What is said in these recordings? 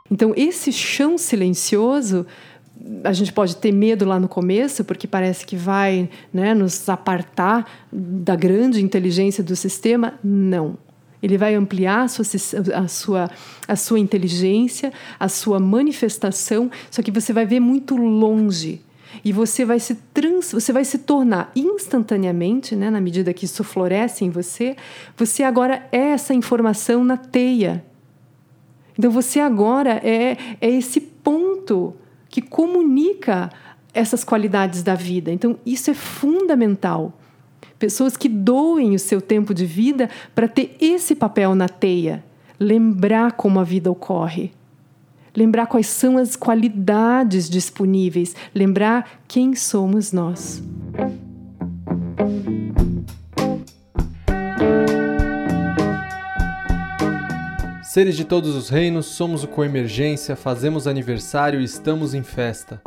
Então, esse chão silencioso, a gente pode ter medo lá no começo, porque parece que vai, né, nos apartar da grande inteligência do sistema. Não. Ele vai ampliar a sua inteligência, a sua manifestação, só que você vai ver muito longe. E você vai se tornar instantaneamente, né, na medida que isso floresce em você, você agora é essa informação na teia. Então, você agora é esse ponto que comunica essas qualidades da vida. Então, isso é fundamental. Pessoas que doem o seu tempo de vida para ter esse papel na teia. Lembrar como a vida ocorre. Lembrar quais são as qualidades disponíveis. Lembrar quem somos nós. Seres de todos os reinos, somos o Coemergência, fazemos aniversário e estamos em festa.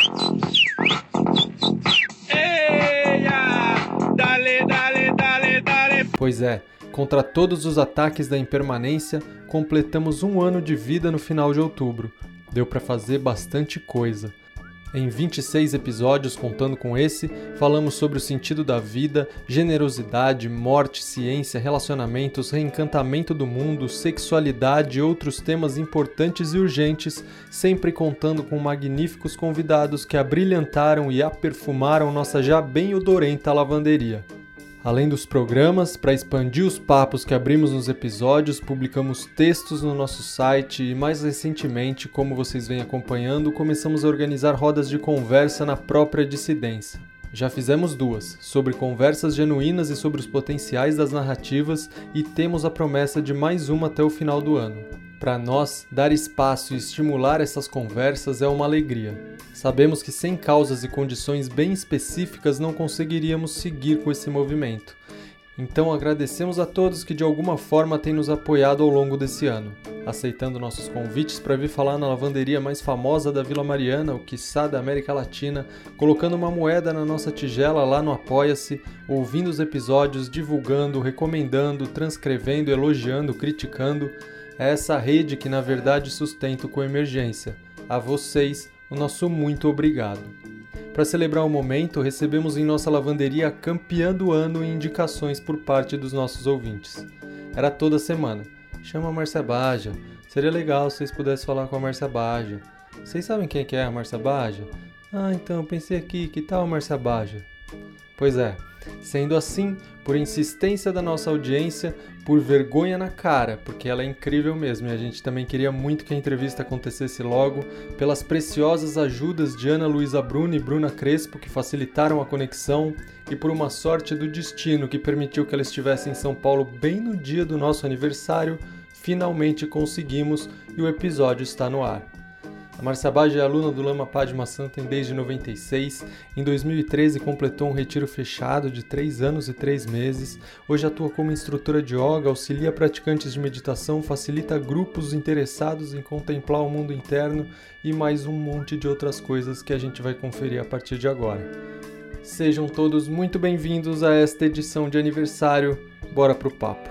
Pois é, contra todos os ataques da impermanência, completamos 1 ano de vida no final de outubro. Deu para fazer bastante coisa. Em 26 episódios, contando com esse, falamos sobre o sentido da vida, generosidade, morte, ciência, relacionamentos, reencantamento do mundo, sexualidade e outros temas importantes e urgentes, sempre contando com magníficos convidados que abrilhantaram e aperfumaram nossa já bem odorenta lavanderia. Além dos programas, para expandir os papos que abrimos nos episódios, publicamos textos no nosso site e, mais recentemente, como vocês vêm acompanhando, começamos a organizar rodas de conversa na própria dissidência. Já fizemos 2, sobre conversas genuínas e sobre os potenciais das narrativas, e temos a promessa de mais uma até o final do ano. Para nós, dar espaço e estimular essas conversas é uma alegria. Sabemos que sem causas e condições bem específicas não conseguiríamos seguir com esse movimento. Então agradecemos a todos que de alguma forma têm nos apoiado ao longo desse ano, aceitando nossos convites para vir falar na lavanderia mais famosa da Vila Mariana, ou quiçá da América Latina, colocando uma moeda na nossa tigela lá no Apoia-se, ouvindo os episódios, divulgando, recomendando, transcrevendo, elogiando, criticando. É essa rede que na verdade sustenta o Coemergência. A vocês, o nosso muito obrigado. Para celebrar o momento, recebemos em nossa lavanderia a campeã do ano em indicações por parte dos nossos ouvintes. Era toda semana. Chama a Márcia Baja. Seria legal se vocês pudessem falar com a Márcia Baja. Vocês sabem quem é a Márcia Baja? Ah, então, pensei aqui, que tal a Márcia Baja? Pois é. Sendo assim, por insistência da nossa audiência, por vergonha na cara, porque ela é incrível mesmo e a gente também queria muito que a entrevista acontecesse logo, pelas preciosas ajudas de Ana Luísa Bruno e Bruna Crespo, que facilitaram a conexão, e por uma sorte do destino que permitiu que ela estivesse em São Paulo bem no dia do nosso aniversário, finalmente conseguimos e o episódio está no ar. A Márcia Baja é aluna do Lama Padma Santam desde 96. Em 2013 completou um retiro fechado de 3 anos e 3 meses. Hoje atua como instrutora de yoga, auxilia praticantes de meditação, facilita grupos interessados em contemplar o mundo interno e mais um monte de outras coisas que a gente vai conferir a partir de agora. Sejam todos muito bem-vindos a esta edição de aniversário. Bora pro papo.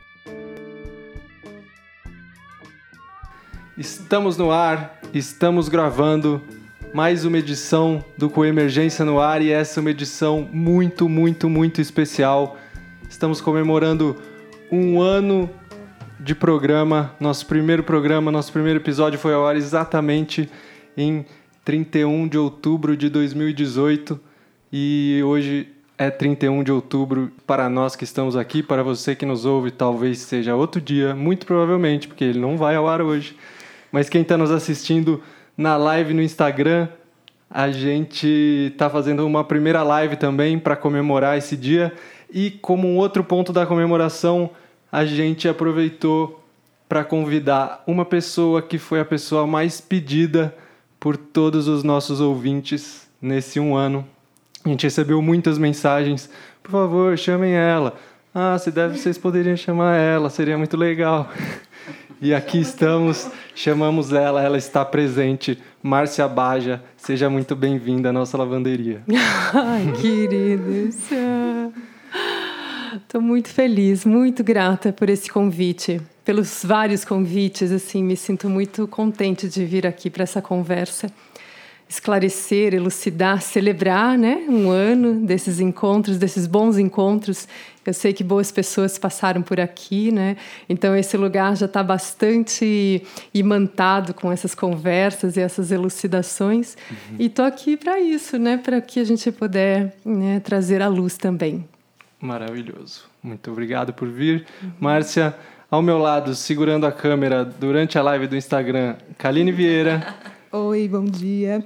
Estamos no ar, estamos gravando mais uma edição do Coemergência no ar e essa é uma edição muito, muito, muito especial. Estamos comemorando 1 ano de programa, nosso primeiro episódio foi ao ar exatamente em 31 de outubro de 2018 e hoje é 31 de outubro para nós que estamos aqui, para você que nos ouve talvez seja outro dia, muito provavelmente, porque ele não vai ao ar hoje. Mas quem está nos assistindo na live no Instagram, a gente está fazendo uma primeira live também para comemorar esse dia. E como um outro ponto da comemoração, a gente aproveitou para convidar uma pessoa que foi a pessoa mais pedida por todos os nossos ouvintes nesse 1 ano. A gente recebeu muitas mensagens. Por favor, chamem ela. Ah, vocês poderiam chamar ela, seria muito legal. E aqui estamos, chamamos ela está presente, Márcia Baja, seja muito bem-vinda à nossa lavanderia. Ai, queridos, Estou muito feliz, muito grata por esse convite, pelos vários convites, assim, me sinto muito contente de vir aqui para essa conversa, esclarecer, elucidar, celebrar, né, um ano desses encontros, desses bons encontros. Eu sei que boas pessoas passaram por aqui, né? Então esse lugar já está bastante imantado com essas conversas e essas elucidações. E estou aqui para isso, né? Para que a gente puder, né, trazer à luz também. Maravilhoso. Muito obrigado por vir. Márcia, ao meu lado, segurando a câmera durante a live do Instagram, Kaline Vieira. Oi, bom dia.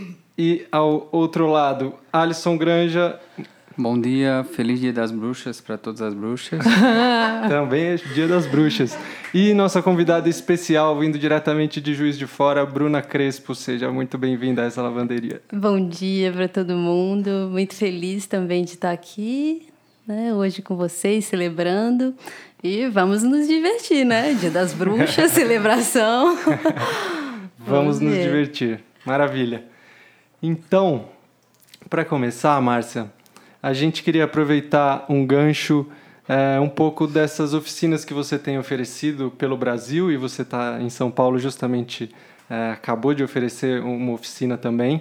E ao outro lado, Alisson Granja. Bom dia, feliz Dia das Bruxas para todas as bruxas. Também é Dia das Bruxas. E nossa convidada especial, vindo diretamente de Juiz de Fora, Bruna Crespo. Seja muito bem-vinda a essa lavanderia. Bom dia para todo mundo. Muito feliz também de estar aqui, né, hoje com vocês, celebrando. E vamos nos divertir, né? Dia das Bruxas, celebração. Vamos nos divertir. Maravilha. Então, para começar, Márcia, a gente queria aproveitar um gancho, um pouco dessas oficinas que você tem oferecido pelo Brasil, e você está em São Paulo justamente, acabou de oferecer uma oficina também.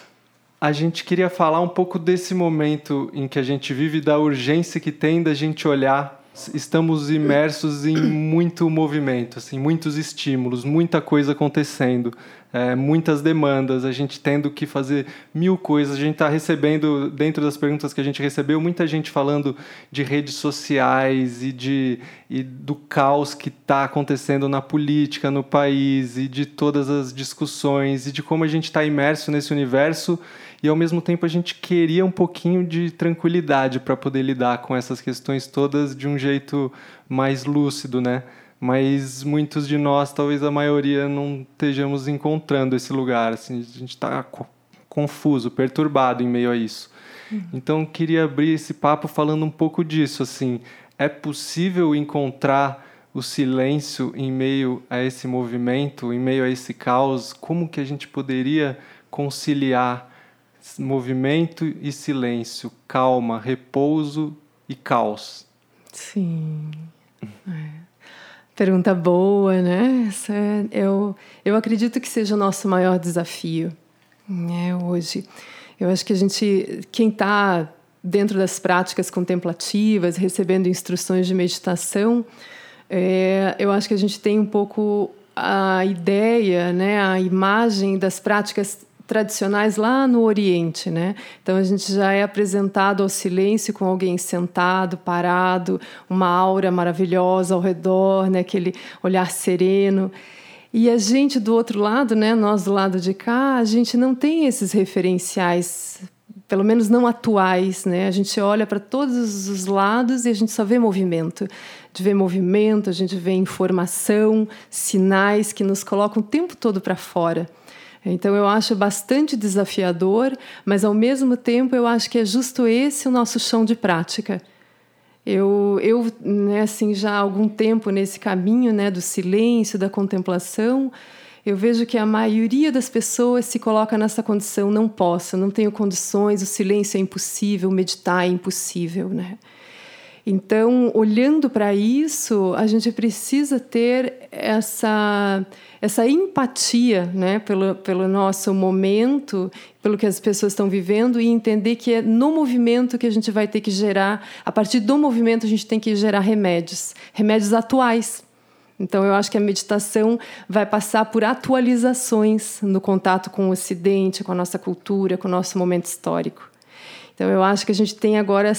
A gente queria falar um pouco desse momento em que a gente vive, da urgência que tem da gente olhar. Estamos imersos em muito movimento, assim, muitos estímulos, muita coisa acontecendo, muitas demandas, a gente tendo que fazer 1000 coisas. A gente está recebendo, dentro das perguntas que a gente recebeu, muita gente falando de redes sociais e do caos que está acontecendo na política, no país, e de todas as discussões, e de como a gente está imerso nesse universo. E, ao mesmo tempo, a gente queria um pouquinho de tranquilidade para poder lidar com essas questões todas de um jeito mais lúcido, né? Mas muitos de nós, talvez a maioria, não estejamos encontrando esse lugar. Assim, a gente está confuso, perturbado em meio a isso. Então, queria abrir esse papo falando um pouco disso. Assim, é possível encontrar o silêncio em meio a esse movimento, em meio a esse caos? Como que a gente poderia conciliar movimento e silêncio, calma, repouso e caos? Sim. Pergunta boa, né? Eu acredito que seja o nosso maior desafio, né, hoje. Eu acho que quem está dentro das práticas contemplativas, recebendo instruções de meditação, eu acho que a gente tem um pouco a ideia, né, a imagem das práticas tradicionais lá no Oriente, né? Então a gente já é apresentado ao silêncio com alguém sentado, parado, uma aura maravilhosa ao redor, né? Aquele olhar sereno. E a gente do outro lado, né? Nós do lado de cá, a gente não tem esses referenciais, pelo menos não atuais, né? A gente olha para todos os lados e a gente só vê movimento. A gente vê movimento, a gente vê informação, sinais que nos colocam o tempo todo para fora. Então, eu acho bastante desafiador, mas, ao mesmo tempo, eu acho que é justo esse o nosso chão de prática. Eu né, assim, já há algum tempo nesse caminho, né, do silêncio, da contemplação, eu vejo que a maioria das pessoas se coloca nessa condição: não posso, não tenho condições, o silêncio é impossível, meditar é impossível, né? Então, olhando para isso, a gente precisa ter essa empatia, né, pelo nosso momento, pelo que as pessoas estão vivendo, e entender que é no movimento que a gente vai ter que gerar, a partir do movimento a gente tem que gerar remédios atuais. Então, eu acho que a meditação vai passar por atualizações no contato com o Ocidente, com a nossa cultura, com o nosso momento histórico. Então, eu acho que a gente tem agora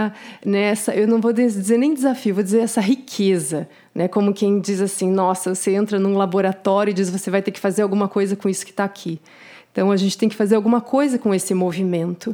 eu não vou dizer nem desafio, vou dizer essa riqueza, né? Como quem diz assim: nossa, você entra num laboratório e diz, você vai ter que fazer alguma coisa com isso que está aqui. Então, a gente tem que fazer alguma coisa com esse movimento.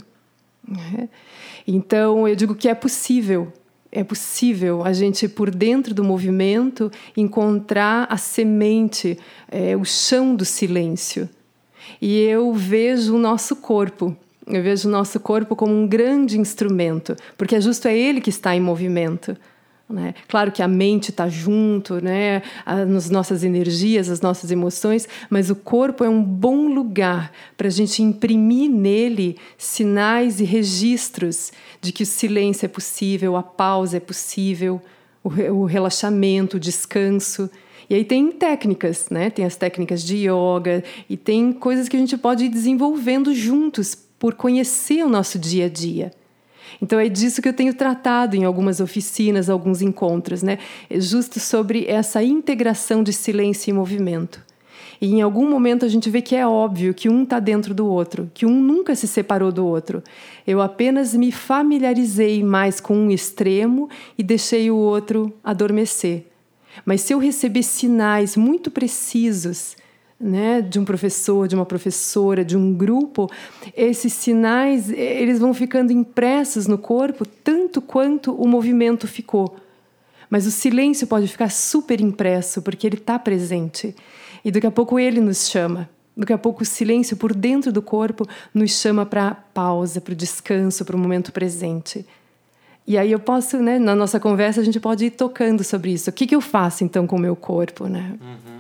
Então, eu digo que é possível a gente, por dentro do movimento, encontrar a semente, o chão do silêncio. E eu vejo o nosso corpo. Eu vejo o nosso corpo como um grande instrumento, porque é justo ele que está em movimento. né? Claro que a mente está junto, né? As nossas energias, as nossas emoções, mas o corpo é um bom lugar para a gente imprimir nele sinais e registros de que o silêncio é possível, a pausa é possível, o relaxamento, o descanso. E aí tem técnicas, né? Tem as técnicas de yoga e tem coisas que a gente pode ir desenvolvendo juntos por conhecer o nosso dia a dia. Então é disso que eu tenho tratado em algumas oficinas, alguns encontros, né? É justo sobre essa integração de silêncio e movimento. E em algum momento a gente vê que é óbvio que um está dentro do outro, que um nunca se separou do outro. Eu apenas me familiarizei mais com um extremo e deixei o outro adormecer. Mas se eu receber sinais muito precisos, né, de um professor, de uma professora, de um grupo, esses sinais eles vão ficando impressos no corpo tanto quanto o movimento ficou. Mas o silêncio pode ficar super impresso porque ele está presente. E daqui a pouco ele nos chama. Daqui a pouco o silêncio por dentro do corpo nos chama para a pausa, para o descanso, para o momento presente. E aí eu posso, né, na nossa conversa, a gente pode ir tocando sobre isso. O que eu faço, então, com o meu corpo, né?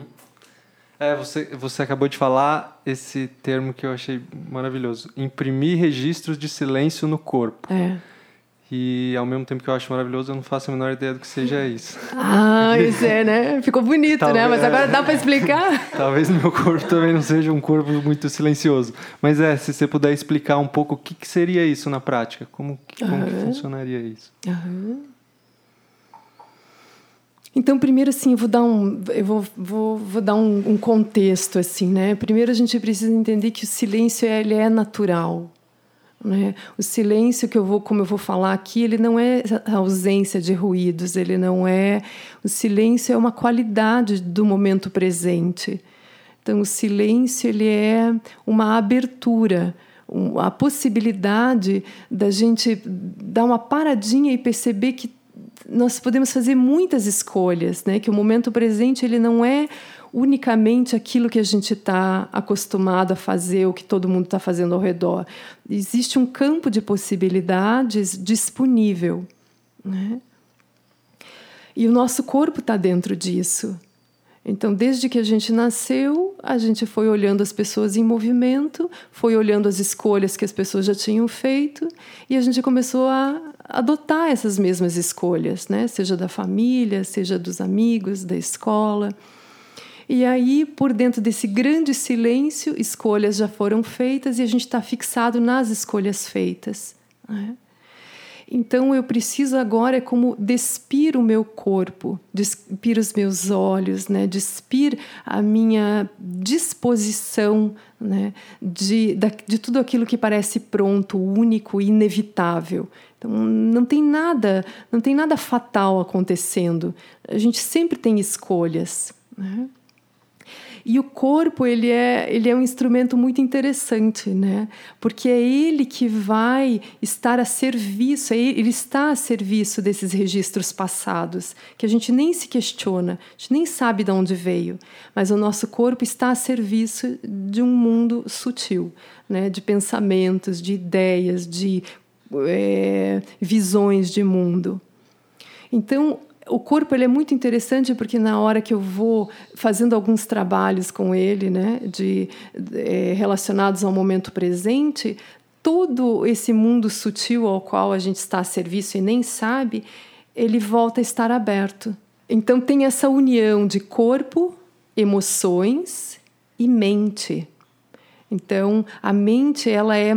Você acabou de falar esse termo que eu achei maravilhoso. Imprimir registros de silêncio no corpo. E, ao mesmo tempo que eu acho maravilhoso, eu não faço a menor ideia do que seja isso. Isso é, né? Ficou bonito, talvez, né? Mas agora dá para explicar? Talvez meu corpo também não seja um corpo muito silencioso. Mas se você puder explicar um pouco o que seria isso na prática. Como que funcionaria isso? Então, primeiro, assim, eu vou dar um contexto, assim, né? Primeiro, a gente precisa entender que o silêncio ele é natural, né? O silêncio como eu vou falar aqui, ele não é a ausência de ruídos, ele não é... O silêncio é uma qualidade do momento presente. Então, o silêncio ele é uma abertura, a possibilidade da gente dar uma paradinha e perceber que nós podemos fazer muitas escolhas, né? Que o momento presente ele não é unicamente aquilo que a gente está acostumado a fazer, o que todo mundo está fazendo ao redor. Existe um campo de possibilidades disponível, né? E o nosso corpo está dentro disso. Então, desde que a gente nasceu, a gente foi olhando as pessoas em movimento, foi olhando as escolhas que as pessoas já tinham feito e a gente começou a adotar essas mesmas escolhas, né? Seja da família, seja dos amigos, da escola. E aí, por dentro desse grande silêncio, escolhas já foram feitas e a gente está fixado nas escolhas feitas, né? Então, eu preciso agora como despir o meu corpo, despir os meus olhos, né? Despir a minha disposição, né? de tudo aquilo que parece pronto, único, inevitável. Então, não tem nada fatal acontecendo. A gente sempre tem escolhas, né? E o corpo ele é um instrumento muito interessante, né? Porque é ele que vai estar a serviço, ele está a serviço desses registros passados, que a gente nem se questiona, a gente nem sabe de onde veio, mas o nosso corpo está a serviço de um mundo sutil, né? De pensamentos, de ideias, de visões de mundo. Então, o corpo ele é muito interessante porque na hora que eu vou fazendo alguns trabalhos com ele, né, relacionados ao momento presente, todo esse mundo sutil ao qual a gente está a serviço e nem sabe, ele volta a estar aberto. Então tem essa união de corpo, emoções e mente. Então, a mente ela é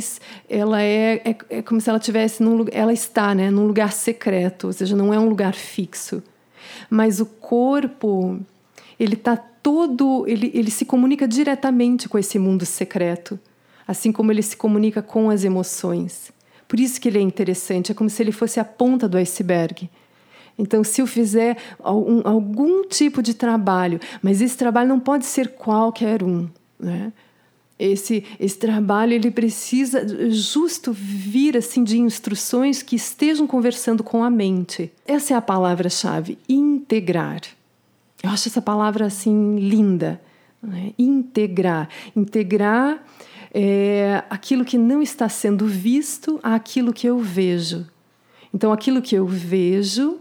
como se ela tivesse ela está, né, num lugar secreto, ou seja, não é um lugar fixo. Mas o corpo, ele está ele se comunica diretamente com esse mundo secreto, assim como ele se comunica com as emoções. Por isso que ele é interessante, é como se ele fosse a ponta do iceberg. Então, se eu fizer algum tipo de trabalho, mas esse trabalho não pode ser qualquer um, né? Esse trabalho ele precisa justo vir assim, de instruções que estejam conversando com a mente. Essa é a palavra-chave, integrar. Eu acho essa palavra assim, linda, né? Integrar. Integrar aquilo que não está sendo visto àquilo que eu vejo. Então, aquilo que eu vejo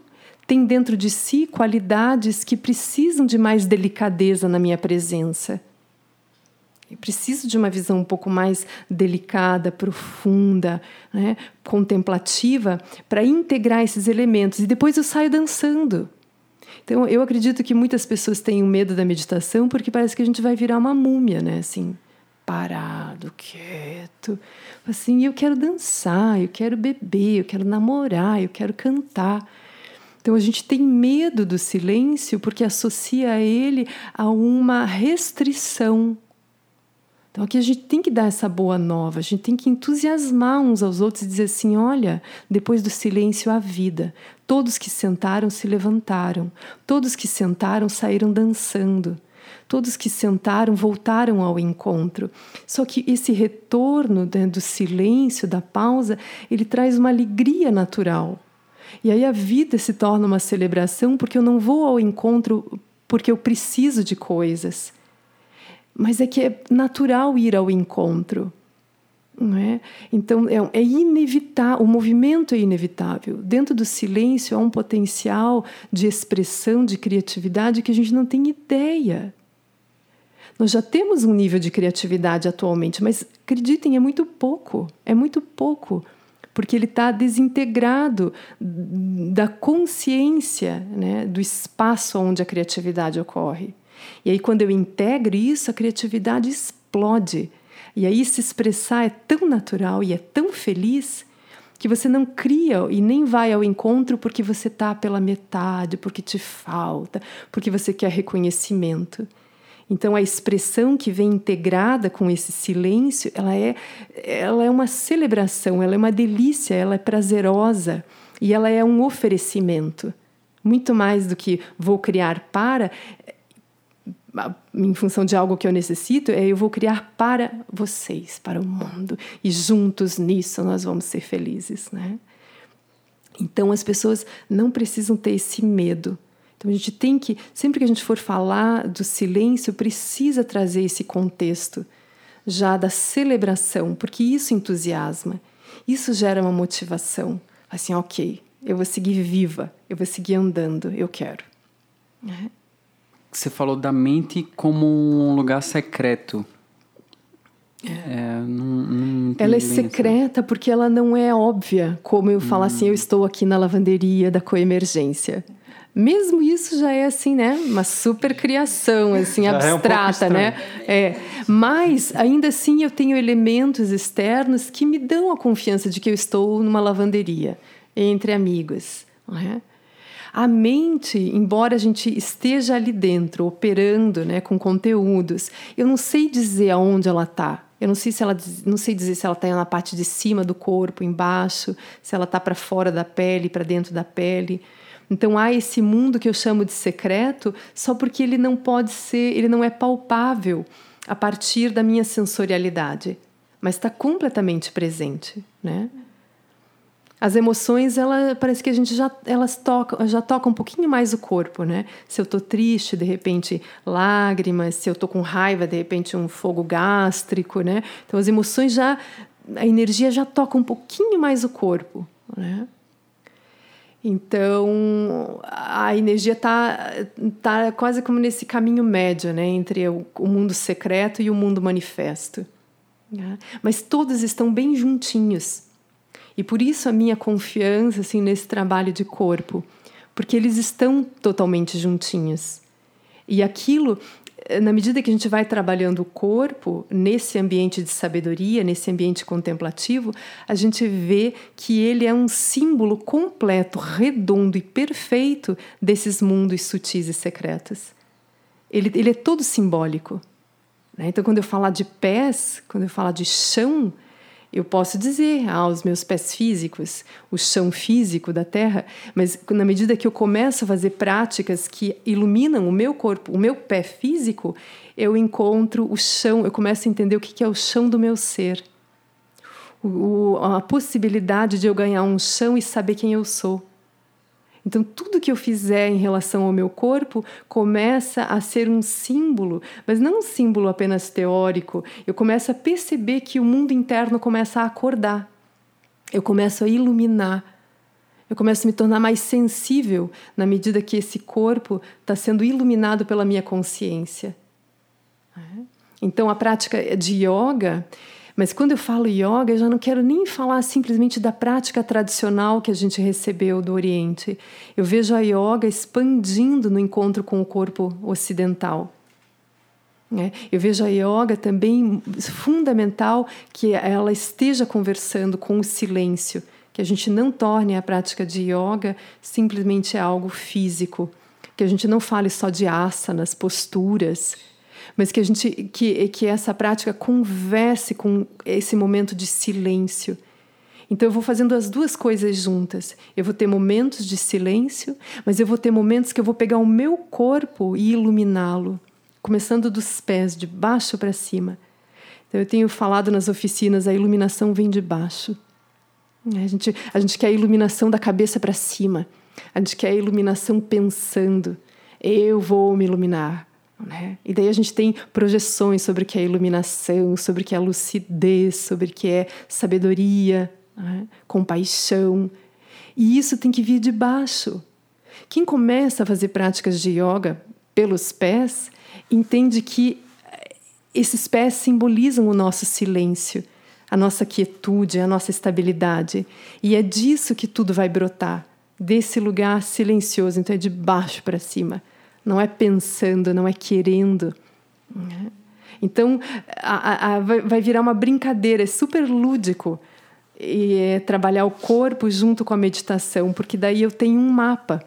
tem dentro de si qualidades que precisam de mais delicadeza na minha presença. Eu preciso de uma visão um pouco mais delicada, profunda, né, contemplativa, para integrar esses elementos. E depois eu saio dançando. Então, eu acredito que muitas pessoas têm medo da meditação porque parece que a gente vai virar uma múmia, né? Assim, parado, quieto. Assim, eu quero dançar, eu quero beber, eu quero namorar, eu quero cantar. Então, a gente tem medo do silêncio porque associa ele a uma restrição. Então, aqui a gente tem que dar essa boa nova, a gente tem que entusiasmar uns aos outros e dizer assim, olha, depois do silêncio há vida. Todos que sentaram se levantaram, todos que sentaram saíram dançando, todos que sentaram voltaram ao encontro. Só que esse retorno, né, do silêncio, da pausa, ele traz uma alegria natural. E aí a vida se torna uma celebração porque eu não vou ao encontro porque eu preciso de coisas. Mas é que é natural ir ao encontro, não é? Então, é inevitável, o movimento é inevitável. Dentro do silêncio há um potencial de expressão, de criatividade que a gente não tem ideia. Nós já temos um nível de criatividade atualmente, mas, acreditem, é muito pouco, porque ele está desintegrado da consciência, né, do espaço onde a criatividade ocorre. E aí, quando eu integro isso, a criatividade explode. E aí, se expressar é tão natural e é tão feliz que você não cria e nem vai ao encontro porque você está pela metade, porque te falta, porque você quer reconhecimento. Então, a expressão que vem integrada com esse silêncio, ela é uma celebração, ela é uma delícia, ela é prazerosa e ela é um oferecimento. Muito mais do que vou criar para... em função de algo que eu necessito, eu vou criar para vocês, para o mundo. E juntos nisso nós vamos ser felizes, né? Então as pessoas não precisam ter esse medo. Então a gente tem que, sempre que a gente for falar do silêncio, precisa trazer esse contexto já da celebração, porque isso entusiasma, isso gera uma motivação. Assim, ok, eu vou seguir viva, eu vou seguir andando, eu quero. Né? Você falou da mente como um lugar secreto. Não ela é secreta porque ela não é óbvia, como eu falar assim, eu estou aqui na lavanderia da coemergência. Mesmo isso já é assim, né? Uma super criação, assim, abstrata, né? Mas, ainda assim, eu tenho elementos externos que me dão a confiança de que eu estou numa lavanderia, entre amigos, não é? A mente, embora a gente esteja ali dentro, operando, né, com conteúdos, eu não sei dizer aonde ela está. Eu não sei dizer se ela está na parte de cima do corpo, embaixo, se ela está para fora da pele, para dentro da pele. Então há esse mundo que eu chamo de secreto, só porque ele não pode ser, ele não é palpável a partir da minha sensorialidade, mas está completamente presente, né? As emoções, parece que a gente já toca um pouquinho mais o corpo, né? Se eu estou triste, de repente, lágrimas. Se eu estou com raiva, de repente, um fogo gástrico, né? Então, as emoções a energia já toca um pouquinho mais o corpo, né? Então, a energia tá quase como nesse caminho médio, né? Entre o mundo secreto e o mundo manifesto. Né? Mas todos estão bem juntinhos. E por isso a minha confiança assim, nesse trabalho de corpo, porque eles estão totalmente juntinhos. E aquilo, na medida que a gente vai trabalhando o corpo, nesse ambiente de sabedoria, nesse ambiente contemplativo, a gente vê que ele é um símbolo completo, redondo e perfeito desses mundos sutis e secretos. Ele é todo simbólico. Né? Então, quando eu falar de pés, quando eu falar de chão, eu posso dizer os meus pés físicos, o chão físico da terra, mas na medida que eu começo a fazer práticas que iluminam o meu corpo, o meu pé físico, eu encontro o chão, eu começo a entender o que é o chão do meu ser. A possibilidade de eu ganhar um chão e saber quem eu sou. Então, tudo que eu fizer em relação ao meu corpo começa a ser um símbolo, mas não um símbolo apenas teórico. Eu começo a perceber que o mundo interno começa a acordar. Eu começo a iluminar. Eu começo a me tornar mais sensível na medida que esse corpo está sendo iluminado pela minha consciência. Então, a prática de yoga... Mas quando eu falo yoga, eu já não quero nem falar simplesmente da prática tradicional que a gente recebeu do Oriente. Eu vejo a yoga expandindo no encontro com o corpo ocidental. Eu vejo a yoga também fundamental que ela esteja conversando com o silêncio, que a gente não torne a prática de yoga simplesmente algo físico, que a gente não fale só de asanas, posturas, mas que essa prática converse com esse momento de silêncio. Então eu vou fazendo as duas coisas juntas. Eu vou ter momentos de silêncio, mas eu vou ter momentos que eu vou pegar o meu corpo e iluminá-lo, começando dos pés, de baixo para cima. Então eu tenho falado nas oficinas, a iluminação vem de baixo. A gente quer a iluminação da cabeça para cima. A gente quer a iluminação pensando. Eu vou me iluminar. E daí a gente tem projeções sobre o que é iluminação, sobre o que é lucidez, sobre o que é sabedoria, compaixão. E isso tem que vir de baixo. Quem começa a fazer práticas de yoga pelos pés entende que esses pés simbolizam o nosso silêncio, a nossa quietude, a nossa estabilidade. E é disso que tudo vai brotar, desse lugar silencioso. Então é de baixo para cima. Não é pensando, não é querendo. Então, vai virar uma brincadeira, é super lúdico. E é trabalhar o corpo junto com a meditação, porque daí eu tenho um mapa.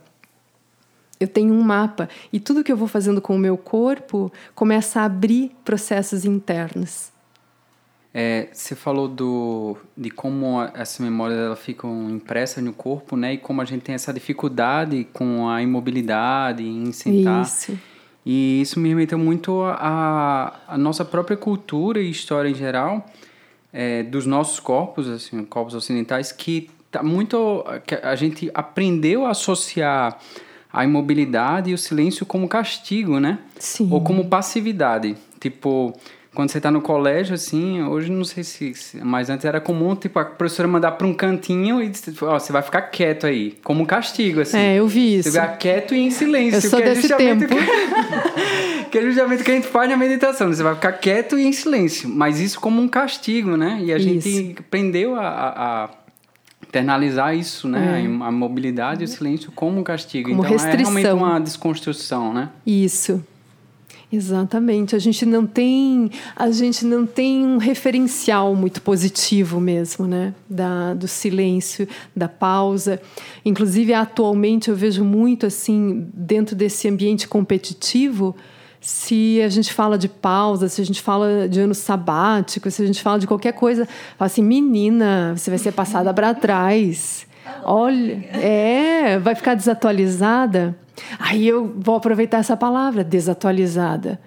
E tudo que eu vou fazendo com o meu corpo começa a abrir processos internos. Você falou de como essas memórias elas ficam impressas no corpo, né? E como a gente tem essa dificuldade com a imobilidade em sentar. Isso. E isso me remeteu muito à nossa própria cultura e história em geral, dos nossos corpos, assim, corpos ocidentais, que a gente aprendeu a associar a imobilidade e o silêncio como castigo, né? Sim. Ou como passividade. Tipo... Quando você está no colégio, assim, hoje não sei mas antes era comum, tipo, a professora mandar para um cantinho e dizer, você vai ficar quieto aí, como um castigo, assim. Eu vi isso. Você ficar quieto e em silêncio. Eu sou desse tempo. Que é justamente o que a gente faz na meditação, você vai ficar quieto e em silêncio, mas isso como um castigo, né? E a gente aprendeu a internalizar isso, né? A mobilidade e o silêncio como um castigo. Como então restrição. É realmente uma desconstrução, né? Isso. Exatamente, a gente não tem um referencial muito positivo mesmo, né? Do silêncio, da pausa. Inclusive, atualmente eu vejo muito assim, dentro desse ambiente competitivo, se a gente fala de pausa, se a gente fala de ano sabático, se a gente fala de qualquer coisa, fala assim, menina, você vai ser passada para trás. Olha, vai ficar desatualizada. Aí eu vou aproveitar essa palavra, desatualizada.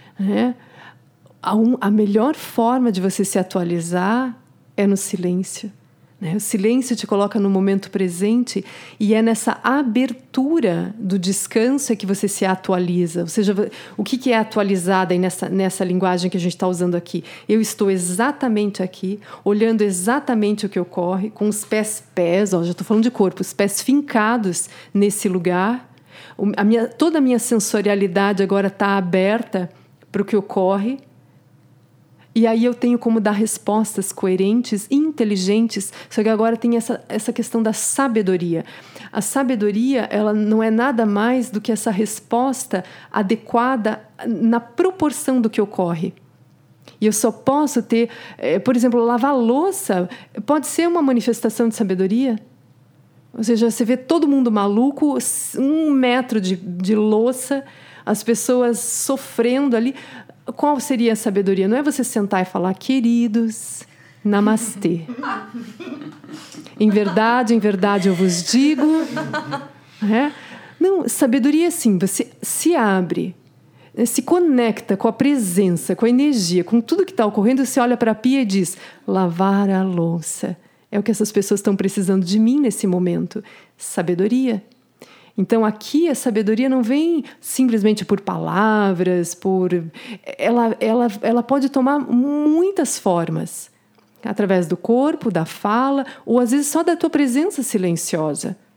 A melhor forma de você se atualizar é no silêncio. O silêncio te coloca no momento presente e é nessa abertura do descanso é que você se atualiza. Ou seja, o que é atualizada aí nessa linguagem que a gente está usando aqui? Eu estou exatamente aqui, olhando exatamente o que ocorre, com os pés, já estou falando de corpo, os pés fincados nesse lugar. Toda a minha sensorialidade agora está aberta para o que ocorre. E aí eu tenho como dar respostas coerentes e inteligentes, só que agora tem essa questão da sabedoria. A sabedoria, ela não é nada mais do que essa resposta adequada na proporção do que ocorre. E eu só posso ter... por exemplo, lavar louça pode ser uma manifestação de sabedoria. Ou seja, você vê todo mundo maluco, 1 metro de louça, as pessoas sofrendo ali... Qual seria a sabedoria? Não é você sentar e falar, queridos, namastê. Em verdade eu vos digo. Não, sabedoria é assim, você se abre, se conecta com a presença, com a energia, com tudo que está ocorrendo, você olha para a pia e diz, lavar a louça. É o que essas pessoas estão precisando de mim nesse momento. Sabedoria. Então, aqui a sabedoria não vem simplesmente por palavras, ela pode tomar muitas formas. Através do corpo, da fala, ou às vezes só da tua presença silenciosa.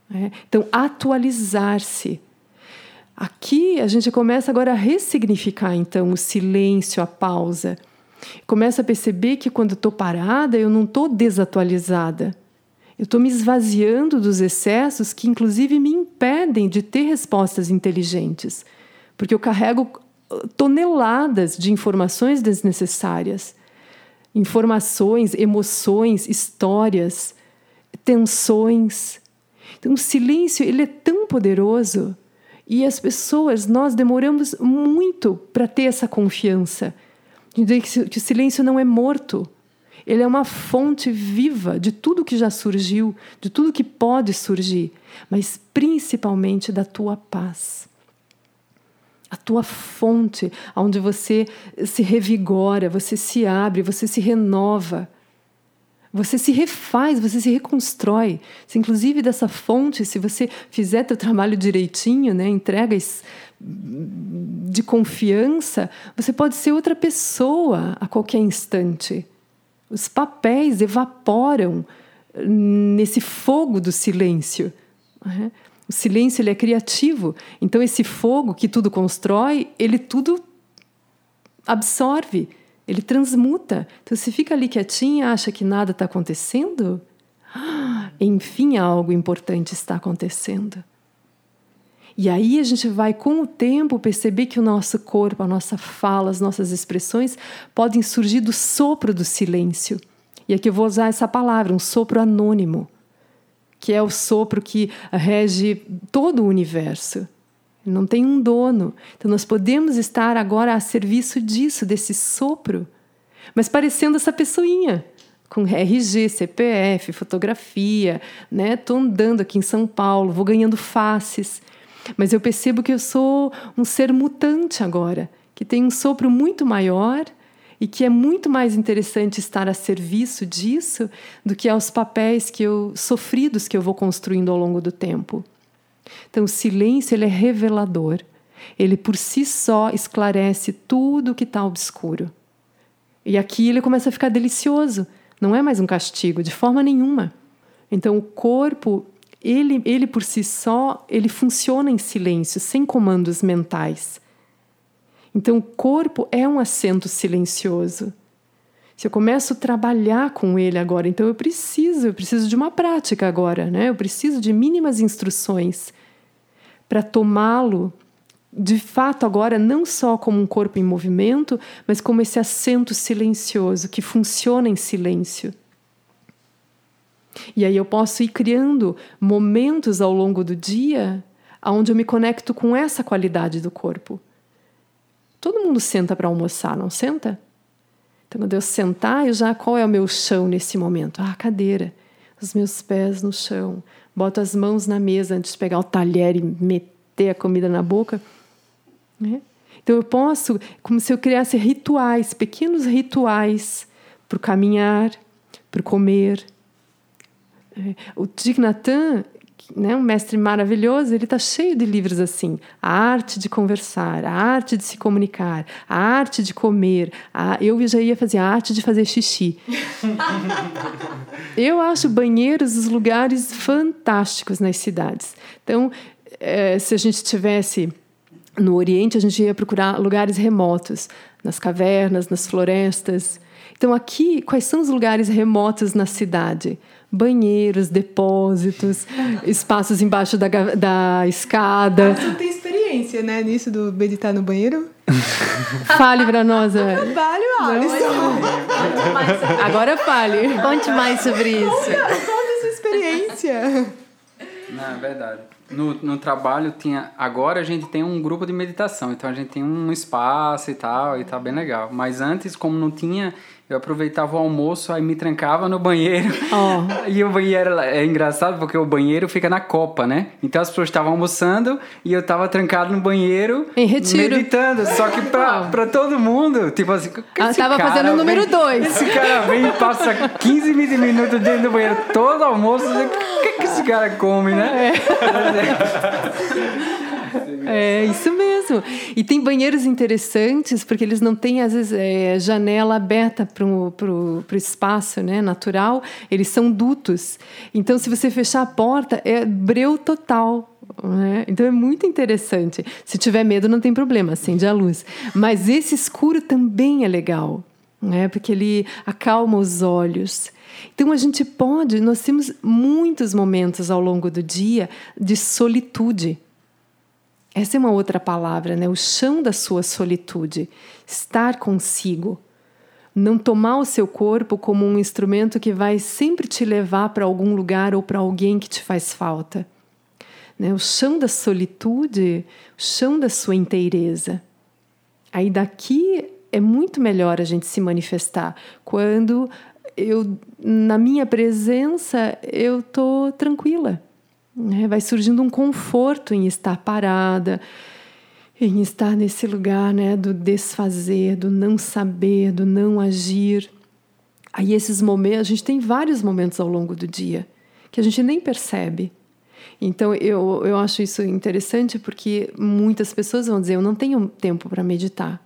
Então, atualizar-se. Aqui a gente começa agora a ressignificar, então, o silêncio, a pausa. Começa a perceber que quando eu estou parada, eu não estou desatualizada. Eu estou me esvaziando dos excessos que, inclusive, me impedem de ter respostas inteligentes. Porque eu carrego toneladas de informações desnecessárias. Informações, emoções, histórias, tensões. Então, o silêncio ele é tão poderoso e as pessoas, nós demoramos muito para ter essa confiança de dizer que o silêncio não é morto. Ele é uma fonte viva de tudo que já surgiu, de tudo que pode surgir, mas principalmente da tua paz. A tua fonte, onde você se revigora, você se abre, você se renova. Você se refaz, você se reconstrói. Se, inclusive, dessa fonte, se você fizer teu trabalho direitinho, né, entregas de confiança, você pode ser outra pessoa a qualquer instante. Os papéis evaporam nesse fogo do silêncio. O silêncio ele é criativo. Então, esse fogo que tudo constrói, ele tudo absorve. Ele transmuta. Então, se fica ali quietinha, acha que nada está acontecendo, enfim, algo importante está acontecendo. E aí a gente vai, com o tempo, perceber que o nosso corpo, a nossa fala, as nossas expressões podem surgir do sopro do silêncio. E aqui eu vou usar essa palavra, um sopro anônimo, que é o sopro que rege todo o universo. Não tem um dono. Então, nós podemos estar agora a serviço disso, desse sopro, mas parecendo essa pessoinha, com RG, CPF, fotografia, né? Estou andando aqui em São Paulo, vou ganhando faces, mas eu percebo que eu sou um ser mutante agora, que tem um sopro muito maior e que é muito mais interessante estar a serviço disso do que aos papéis sofridos que eu vou construindo ao longo do tempo. Então, o silêncio ele é revelador. Ele, por si só, esclarece tudo o que está obscuro. E aqui ele começa a ficar delicioso. Não é mais um castigo, de forma nenhuma. Então, o corpo, ele por si só, ele funciona em silêncio, sem comandos mentais. Então, o corpo é um assento silencioso. Se eu começo a trabalhar com ele agora, então eu preciso de uma prática agora, né? Eu preciso de mínimas instruções para tomá-lo, de fato, agora, não só como um corpo em movimento, mas como esse assento silencioso, que funciona em silêncio. E aí eu posso ir criando momentos ao longo do dia onde eu me conecto com essa qualidade do corpo. Todo mundo senta para almoçar, não senta? Então, quando eu sentar, qual é o meu chão nesse momento? A cadeira, os meus pés no chão. Boto as mãos na mesa antes de pegar o talher e meter a comida na boca. Né? Então, eu posso, como se eu criasse rituais, pequenos rituais para o caminhar, para o comer. O Thich Nhat Hanh, né, um mestre maravilhoso, ele está cheio de livros assim. A arte de conversar, a arte de se comunicar, a arte de comer. Eu já ia fazer a arte de fazer xixi. Eu acho banheiros os lugares fantásticos nas cidades. Então, se a gente estivesse no Oriente, a gente ia procurar lugares remotos, nas cavernas, nas florestas. Então, aqui, quais são os lugares remotos na cidade? Banheiros, depósitos, espaços embaixo da escada. Você tem experiência, né, nisso do meditar no banheiro? Fale para nós. Trabalho, Alisson. Agora fale. Conte mais sobre isso. Conta a sua experiência. Não, é verdade. No trabalho agora a gente tem um grupo de meditação, então a gente tem um espaço e tal, e tá bem legal. Mas antes, como não tinha, eu aproveitava o almoço, aí me trancava no banheiro. E o banheiro é engraçado porque o banheiro fica na copa, né? Então as pessoas estavam almoçando e eu tava trancado no banheiro em retiro, meditando. Só que pra todo mundo, tipo assim, tava fazendo o número 2. Esse cara vem e passa 15 minutos dentro do banheiro todo almoço. O que esse cara come, né? É isso mesmo. E tem banheiros interessantes, porque eles não têm, às vezes, janela aberta para o espaço, né, natural. Eles são dutos. Então, se você fechar a porta, é breu total. Né? Então, é muito interessante. Se tiver medo, não tem problema, acende a luz. Mas esse escuro também é legal, né? Porque ele acalma os olhos. Então, nós temos muitos momentos ao longo do dia de solitude. Essa é uma outra palavra, né? O chão da sua solitude. Estar consigo. Não tomar o seu corpo como um instrumento que vai sempre te levar para algum lugar ou para alguém que te faz falta. Né? O chão da solitude, o chão da sua inteireza. Aí daqui é muito melhor a gente se manifestar. Quando na minha presença, eu estou tranquila. Né? Vai surgindo um conforto em estar parada, em estar nesse lugar, né, do desfazer, do não saber, do não agir. Aí esses momentos, a gente tem vários momentos ao longo do dia que a gente nem percebe. Então, eu acho isso interessante porque muitas pessoas vão dizer, eu não tenho tempo para meditar.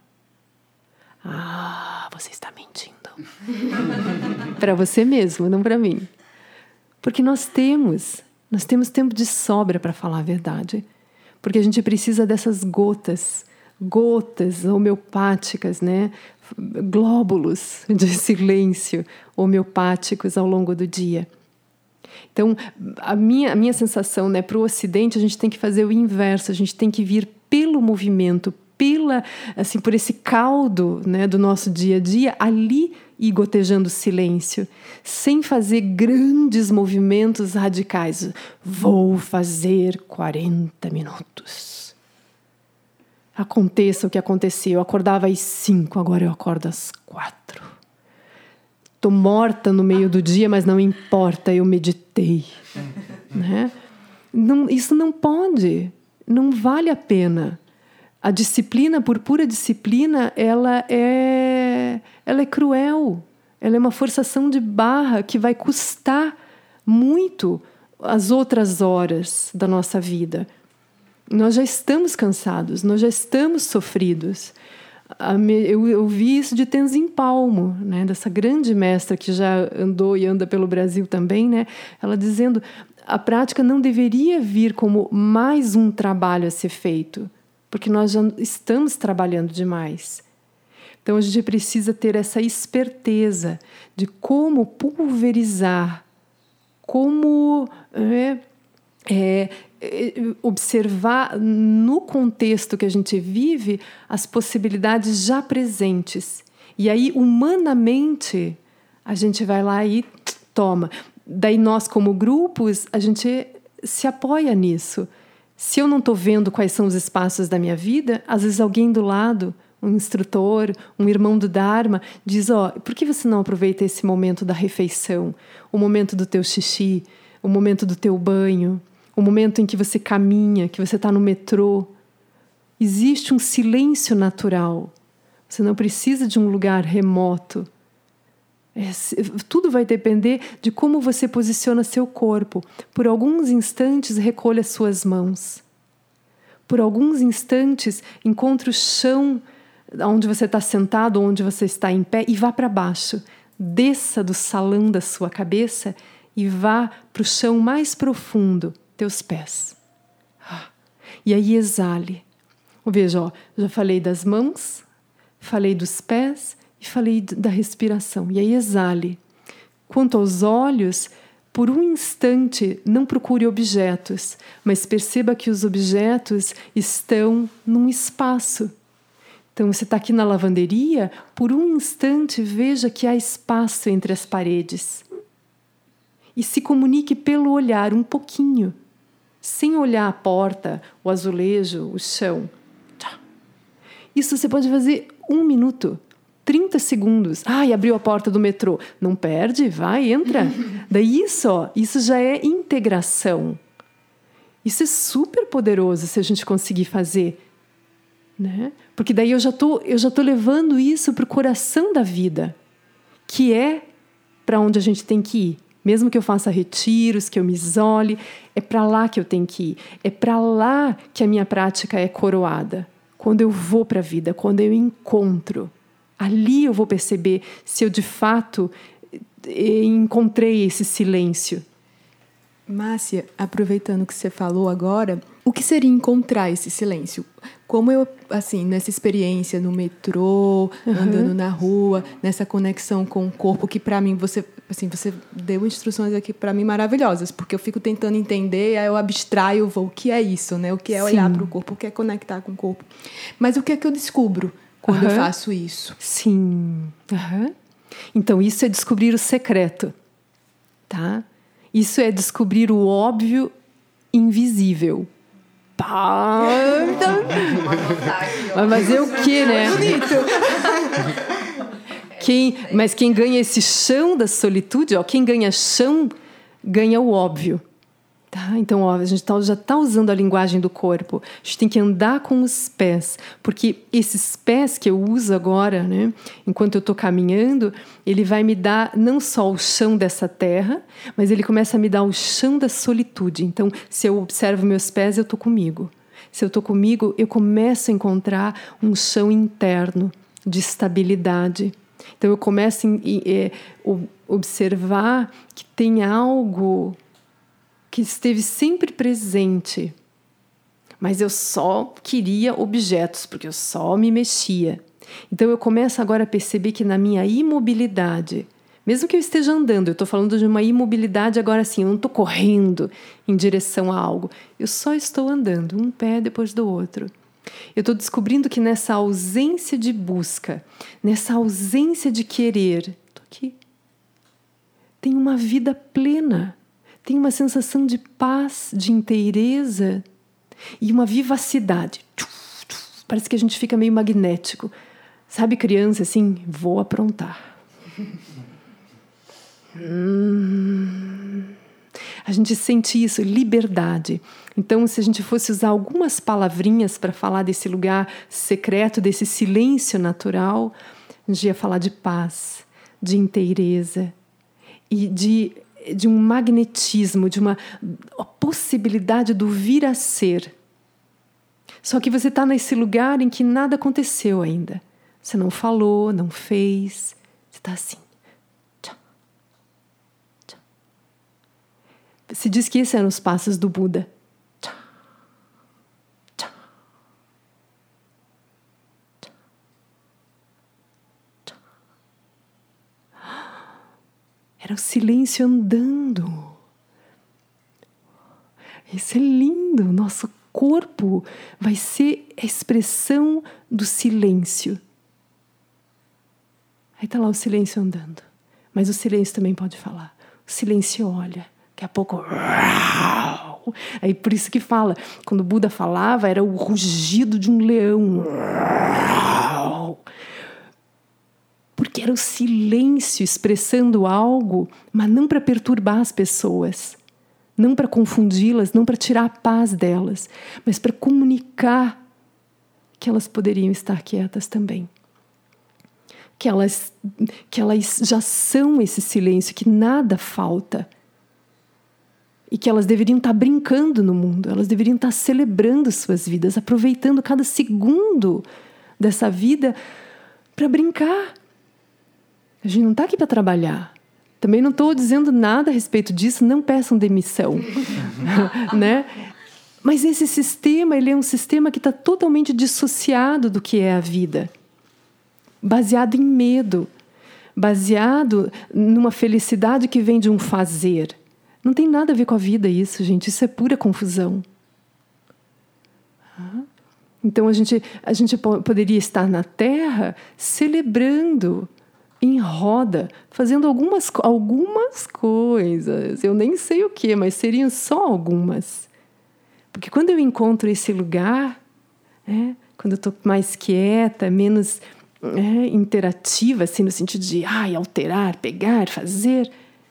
Ah, você está mentindo. Para você mesmo, não para mim. Porque nós temos tempo de sobra para falar a verdade. Porque a gente precisa dessas gotas homeopáticas, né? Glóbulos de silêncio homeopáticos ao longo do dia. Então, a minha sensação, né, para o Ocidente, a gente tem que fazer o inverso, a gente tem que vir pelo movimento, por esse caldo, né, do nosso dia a dia, ali e gotejando silêncio, sem fazer grandes movimentos radicais. Vou fazer 40 minutos. Aconteça o que acontecer. Eu acordava às 5, agora eu acordo às 4. Estou morta no meio do dia, mas não importa, eu meditei. Né? Não, isso não pode, não vale a pena. A disciplina, por pura disciplina, ela é cruel. Ela é uma forçação de barra que vai custar muito as outras horas da nossa vida. Nós já estamos cansados, nós já estamos sofridos. Eu vi isso de Tenzin Palmo, né, dessa grande mestra que já andou e anda pelo Brasil também, né, ela dizendo a prática não deveria vir como mais um trabalho a ser feito, porque nós já estamos trabalhando demais. Então, a gente precisa ter essa esperteza de como pulverizar, como observar no contexto que a gente vive as possibilidades já presentes. E aí, humanamente, a gente vai lá e toma. Daí, nós, como grupos, a gente se apoia nisso. Se eu não estou vendo quais são os espaços da minha vida, às vezes alguém do lado, um instrutor, um irmão do Dharma, diz, por que você não aproveita esse momento da refeição, o momento do teu xixi, o momento do teu banho, o momento em que você caminha, que você está no metrô? Existe um silêncio natural. Você não precisa de um lugar remoto. Tudo vai depender de como você posiciona seu corpo. Por alguns instantes, recolha suas mãos. Por alguns instantes, encontre o chão onde você está sentado, onde você está em pé, e vá para baixo. Desça do salão da sua cabeça e vá para o chão mais profundo, teus pés. E aí exale. Veja, já falei das mãos, falei dos pés, e falei da respiração. E aí exale. Quanto aos olhos, por um instante não procure objetos, mas perceba que os objetos estão num espaço. Então você está aqui na lavanderia, por um instante veja que há espaço entre as paredes. E se comunique pelo olhar um pouquinho, sem olhar a porta, o azulejo, o chão. Isso você pode fazer 1 minuto. 30 segundos. Abriu a porta do metrô. Não perde, vai, entra. Daí isso já é integração. Isso é super poderoso se a gente conseguir fazer. Né? Porque daí eu já tô levando isso para o coração da vida, que é para onde a gente tem que ir. Mesmo que eu faça retiros, que eu me isole, é para lá que eu tenho que ir. É para lá que a minha prática é coroada. Quando eu vou para a vida, quando eu encontro, ali eu vou perceber se eu de fato encontrei esse silêncio. Márcia, aproveitando que você falou agora, o que seria encontrar esse silêncio? Como eu, assim, nessa experiência no metrô, andando na rua, nessa conexão com o corpo, que para mim você deu instruções aqui para mim maravilhosas, porque eu fico tentando entender, aí eu abstraio, o que é isso, né? O que é olhar para o corpo, o que é conectar com o corpo. Mas o que é que eu descubro quando eu faço isso? Sim. Então, isso é descobrir o secreto, tá? Isso é descobrir o óbvio invisível. Mas é o quê, né? Mas quem ganha esse chão da solitude, quem ganha chão, ganha o óbvio. Tá? Então, a gente já está usando a linguagem do corpo. A gente tem que andar com os pés, porque esses pés que eu uso agora, né, enquanto eu estou caminhando, ele vai me dar não só o chão dessa terra, mas ele começa a me dar o chão da solitude. Então, se eu observo meus pés, eu estou comigo. Se eu estou comigo, eu começo a encontrar um chão interno de estabilidade. Então, eu começo a observar que tem algo que esteve sempre presente, mas eu só queria objetos, porque eu só me mexia. Então eu começo agora a perceber que na minha imobilidade, mesmo que eu esteja andando, eu estou falando de uma imobilidade agora assim, eu não estou correndo em direção a algo, eu só estou andando, um pé depois do outro. Eu estou descobrindo que nessa ausência de busca, nessa ausência de querer, estou aqui, tem uma vida plena. Tem uma sensação de paz, de inteireza e uma vivacidade. Parece que a gente fica meio magnético. Sabe, criança, assim, vou aprontar. A gente sente isso, liberdade. Então, se a gente fosse usar algumas palavrinhas para falar desse lugar secreto, desse silêncio natural, a gente ia falar de paz, de inteireza e de um magnetismo, de uma possibilidade do vir a ser. Só que você está nesse lugar em que nada aconteceu ainda. Você não falou, não fez. Você está assim. Se diz que esses eram os passos do Buda. Era o silêncio andando. Isso é lindo. Nosso corpo vai ser a expressão do silêncio. Aí está lá o silêncio andando. Mas o silêncio também pode falar. O silêncio olha. Daqui a pouco... Aí por isso que fala. Quando o Buda falava, era o rugido de um leão. Porque era o silêncio expressando algo, mas não para perturbar as pessoas, não para confundi-las, não para tirar a paz delas, mas para comunicar que elas poderiam estar quietas também. Que elas já são esse silêncio, que nada falta. E que elas deveriam estar brincando no mundo, elas deveriam estar celebrando suas vidas, aproveitando cada segundo dessa vida para brincar. A gente não está aqui para trabalhar. Também não estou dizendo nada a respeito disso, não peçam demissão. Né? Mas esse sistema, ele é um sistema que está totalmente dissociado do que é a vida. Baseado em medo. Baseado numa felicidade que vem de um fazer. Não tem nada a ver com a vida isso, gente. Isso é pura confusão. Então, a gente poderia estar na Terra celebrando em roda, fazendo algumas coisas. Eu nem sei o que, mas seriam só algumas. Porque quando eu encontro esse lugar, quando eu estou mais quieta, menos interativa, assim, no sentido de alterar, pegar, fazer,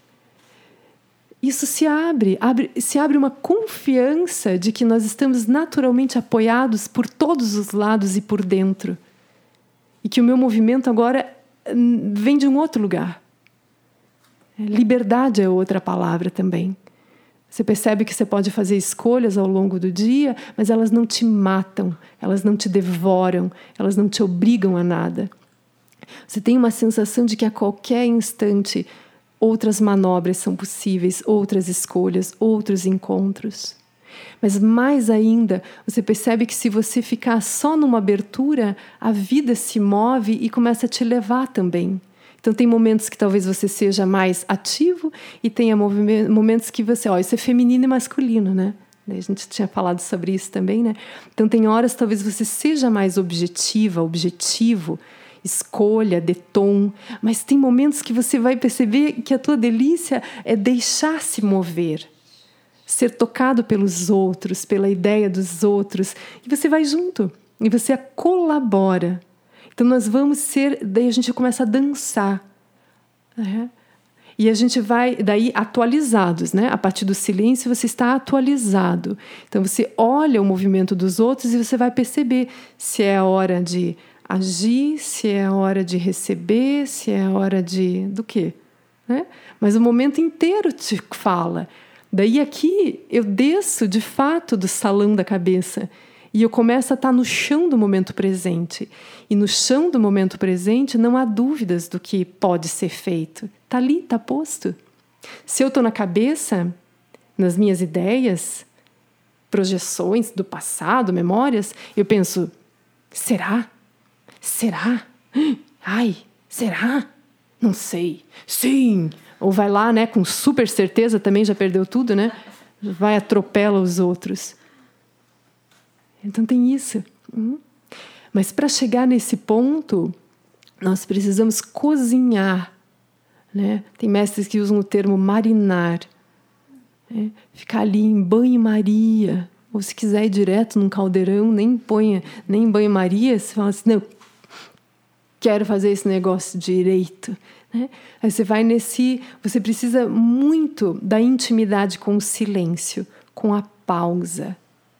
isso se abre uma confiança de que nós estamos naturalmente apoiados por todos os lados e por dentro. E que o meu movimento agora vem de um outro lugar. Liberdade é outra palavra também. Você percebe que você pode fazer escolhas ao longo do dia, mas elas não te matam, elas não te devoram, elas não te obrigam a nada. Você tem uma sensação de que a qualquer instante outras manobras são possíveis, outras escolhas, outros encontros. Mas mais ainda, você percebe que se você ficar só numa abertura, a vida se move e começa a te levar também. Então tem momentos que talvez você seja mais ativo e tenha momentos que você... isso é feminino e masculino, né? A gente tinha falado sobre isso também, né? Então tem horas talvez você seja mais objetivo, escolha, dê tom, mas tem momentos que você vai perceber que a tua delícia é deixar-se mover, ser tocado pelos outros, pela ideia dos outros, e você vai junto, e você colabora. Então nós vamos ser, daí a gente começa a dançar, né? E a gente vai daí atualizados, né? A partir do silêncio você está atualizado. Então você olha o movimento dos outros e você vai perceber se é a hora de agir, se é a hora de receber, se é a hora de... do quê? Né? Mas o momento inteiro te fala. Daí aqui eu desço de fato do salão da cabeça e eu começo a estar no chão do momento presente. E no chão do momento presente não há dúvidas do que pode ser feito. Está ali, está posto. Se eu estou na cabeça, nas minhas ideias, projeções do passado, memórias, eu penso, será? Será? Ai, será? Não sei. Sim! Ou vai lá, né, com super certeza, também já perdeu tudo, né? Vai, atropela os outros. Então tem isso. Mas para chegar nesse ponto, nós precisamos cozinhar, né? Tem mestres que usam o termo marinar, né? Ficar ali em banho-maria, ou se quiser ir direto num caldeirão, nem em banho-maria, você fala assim, não, quero fazer esse negócio direito, né? Aí você vai você precisa muito da intimidade com o silêncio, com a pausa,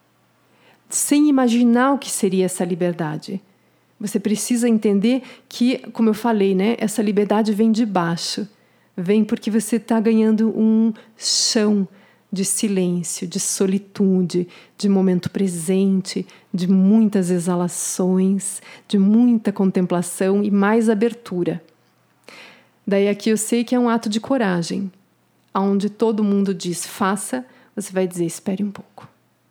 sem imaginar o que seria essa liberdade. Você precisa entender que, como eu falei, né, essa liberdade vem de baixo. Vem porque você está ganhando um chão de silêncio, de solitude, de momento presente, de muitas exalações, de muita contemplação e mais abertura. Daí aqui eu sei que é um ato de coragem. Onde todo mundo diz faça, você vai dizer espere um pouco.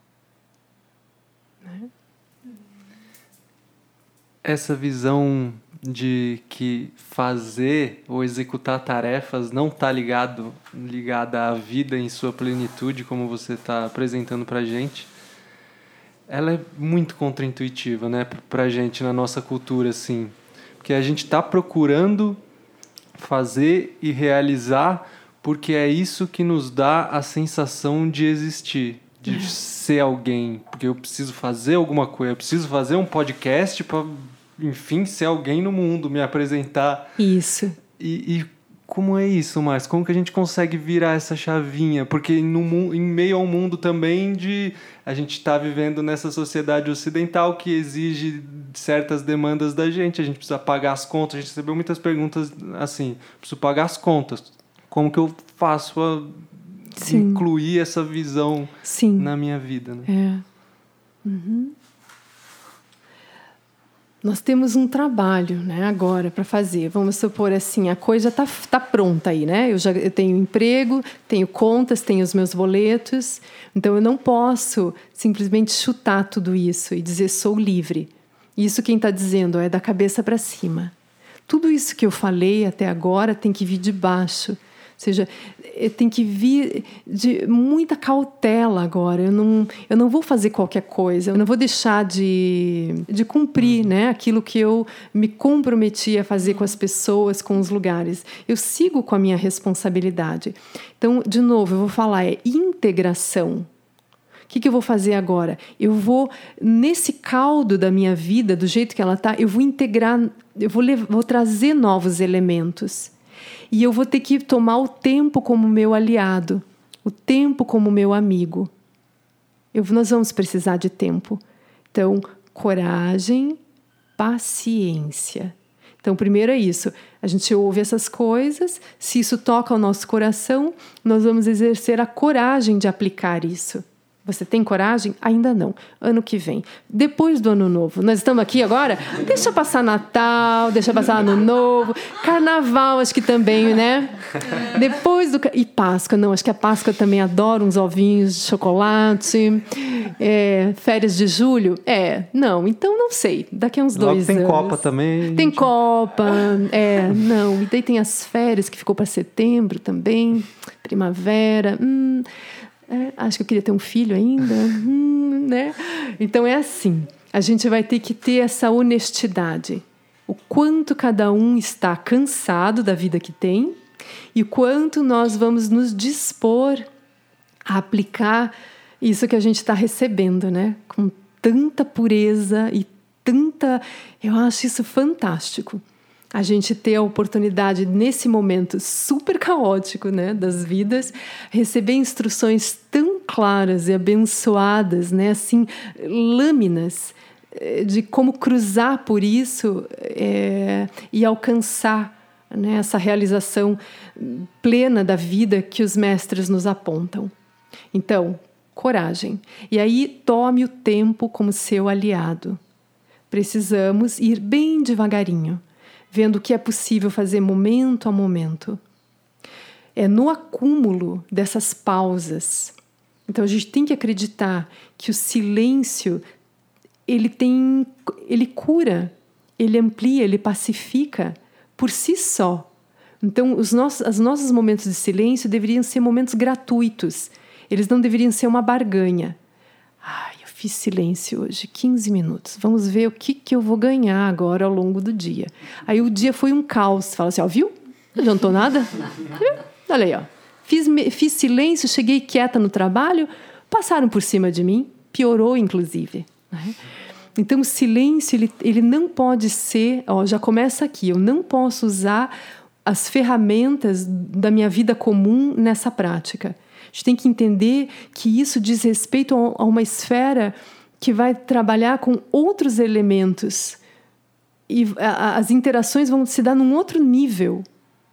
Essa visão de que fazer ou executar tarefas não está ligada à vida em sua plenitude, como você está apresentando para a gente, ela é muito contraintuitiva, né, para a gente na nossa cultura, assim, porque a gente está procurando fazer e realizar porque é isso que nos dá a sensação de existir, de ser alguém, porque eu preciso fazer alguma coisa, eu preciso fazer um podcast para, enfim, ser alguém no mundo, me apresentar. Isso. E como é isso, Márcio? Como que a gente consegue virar essa chavinha? Porque em meio ao mundo também a gente está vivendo nessa sociedade ocidental que exige certas demandas da gente. A gente precisa pagar as contas. A gente recebeu muitas perguntas assim, preciso pagar as contas. Como que eu faço a incluir essa visão na minha vida? Né? Nós temos um trabalho, né, agora para fazer. Vamos supor assim, a coisa tá pronta aí, né? Eu tenho emprego, tenho contas, tenho os meus boletos. Então eu não posso simplesmente chutar tudo isso e dizer sou livre. Isso quem está dizendo é da cabeça para cima. Tudo isso que eu falei até agora tem que vir de baixo. Ou seja, tem que vir de muita cautela agora. Eu não vou fazer qualquer coisa. Eu não vou deixar de cumprir, né, aquilo que eu me comprometi a fazer com as pessoas, com os lugares. Eu sigo com a minha responsabilidade. Então, de novo, eu vou falar, é integração. O que eu vou fazer agora? Eu vou, nesse caldo da minha vida, do jeito que ela está, eu vou integrar, vou trazer novos elementos. E eu vou ter que tomar o tempo como meu aliado, o tempo como meu amigo. Nós vamos precisar de tempo. Então, coragem, paciência. Então, primeiro é isso. A gente ouve essas coisas, se isso toca o nosso coração, nós vamos exercer a coragem de aplicar isso. Você tem coragem? Ainda não. Ano que vem. Depois do Ano Novo. Nós estamos aqui agora? Deixa passar Natal, deixa passar Ano Novo. Carnaval, acho que também, né? Depois do... E Páscoa, não. Acho que a Páscoa também adora uns ovinhos de chocolate. Férias de julho? Não. Então, não sei. Daqui a uns 2 anos. Tem Copa também. Tem Copa. Não. E daí tem as férias que ficou para setembro também. Primavera. Acho que eu queria ter um filho ainda, né? Então é assim, a gente vai ter que ter essa honestidade. O quanto cada um está cansado da vida que tem e o quanto nós vamos nos dispor a aplicar isso que a gente está recebendo, né? Com tanta pureza e tanta... Eu acho isso fantástico. A gente ter a oportunidade, nesse momento super caótico, né, das vidas, receber instruções tão claras e abençoadas, né, assim, lâminas de como cruzar por isso e alcançar, né, essa realização plena da vida que os mestres nos apontam. Então, coragem. E aí, tome o tempo como seu aliado. Precisamos ir bem devagarinho, vendo o que é possível fazer momento a momento. É no acúmulo dessas pausas. Então, a gente tem que acreditar que o silêncio, ele cura, ele amplia, ele pacifica por si só. Então, os nossos momentos de silêncio deveriam ser momentos gratuitos. Eles não deveriam ser uma barganha. Eu fiz silêncio hoje, 15 minutos. Vamos ver o que eu vou ganhar agora ao longo do dia. Aí o dia foi um caos. Fala assim, viu? Não adiantou nada? Olha aí, ó. Fiz silêncio, cheguei quieta no trabalho, passaram por cima de mim, piorou inclusive. Então o silêncio, ele não pode ser... já começa aqui, eu não posso usar as ferramentas da minha vida comum nessa prática. A gente tem que entender que isso diz respeito a uma esfera que vai trabalhar com outros elementos. E as interações vão se dar num outro nível.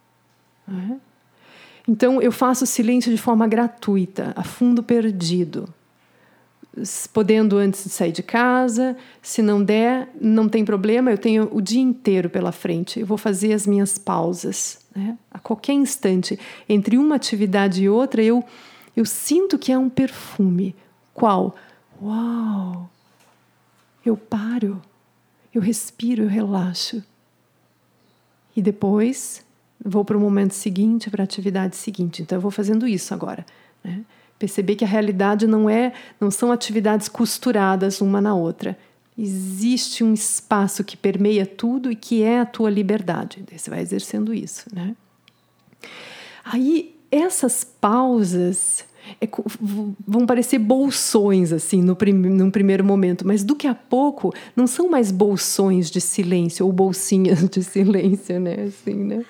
Então, eu faço silêncio de forma gratuita, a fundo perdido. Podendo antes de sair de casa, se não der, não tem problema, eu tenho o dia inteiro pela frente. Eu vou fazer as minhas pausas. A qualquer instante, entre uma atividade e outra, eu sinto que é um perfume. Qual? Uau! Eu paro, eu respiro, eu relaxo. E depois vou para o momento seguinte, para a atividade seguinte. Então, eu vou fazendo isso agora. Perceber que a realidade não são atividades costuradas uma na outra. Existe um espaço que permeia tudo e que é a tua liberdade. Você vai exercendo isso, né? Aí, essas pausas vão parecer bolsões, assim, num primeiro momento, mas daqui a pouco não são mais bolsões de silêncio ou bolsinhas de silêncio, né? Assim, né?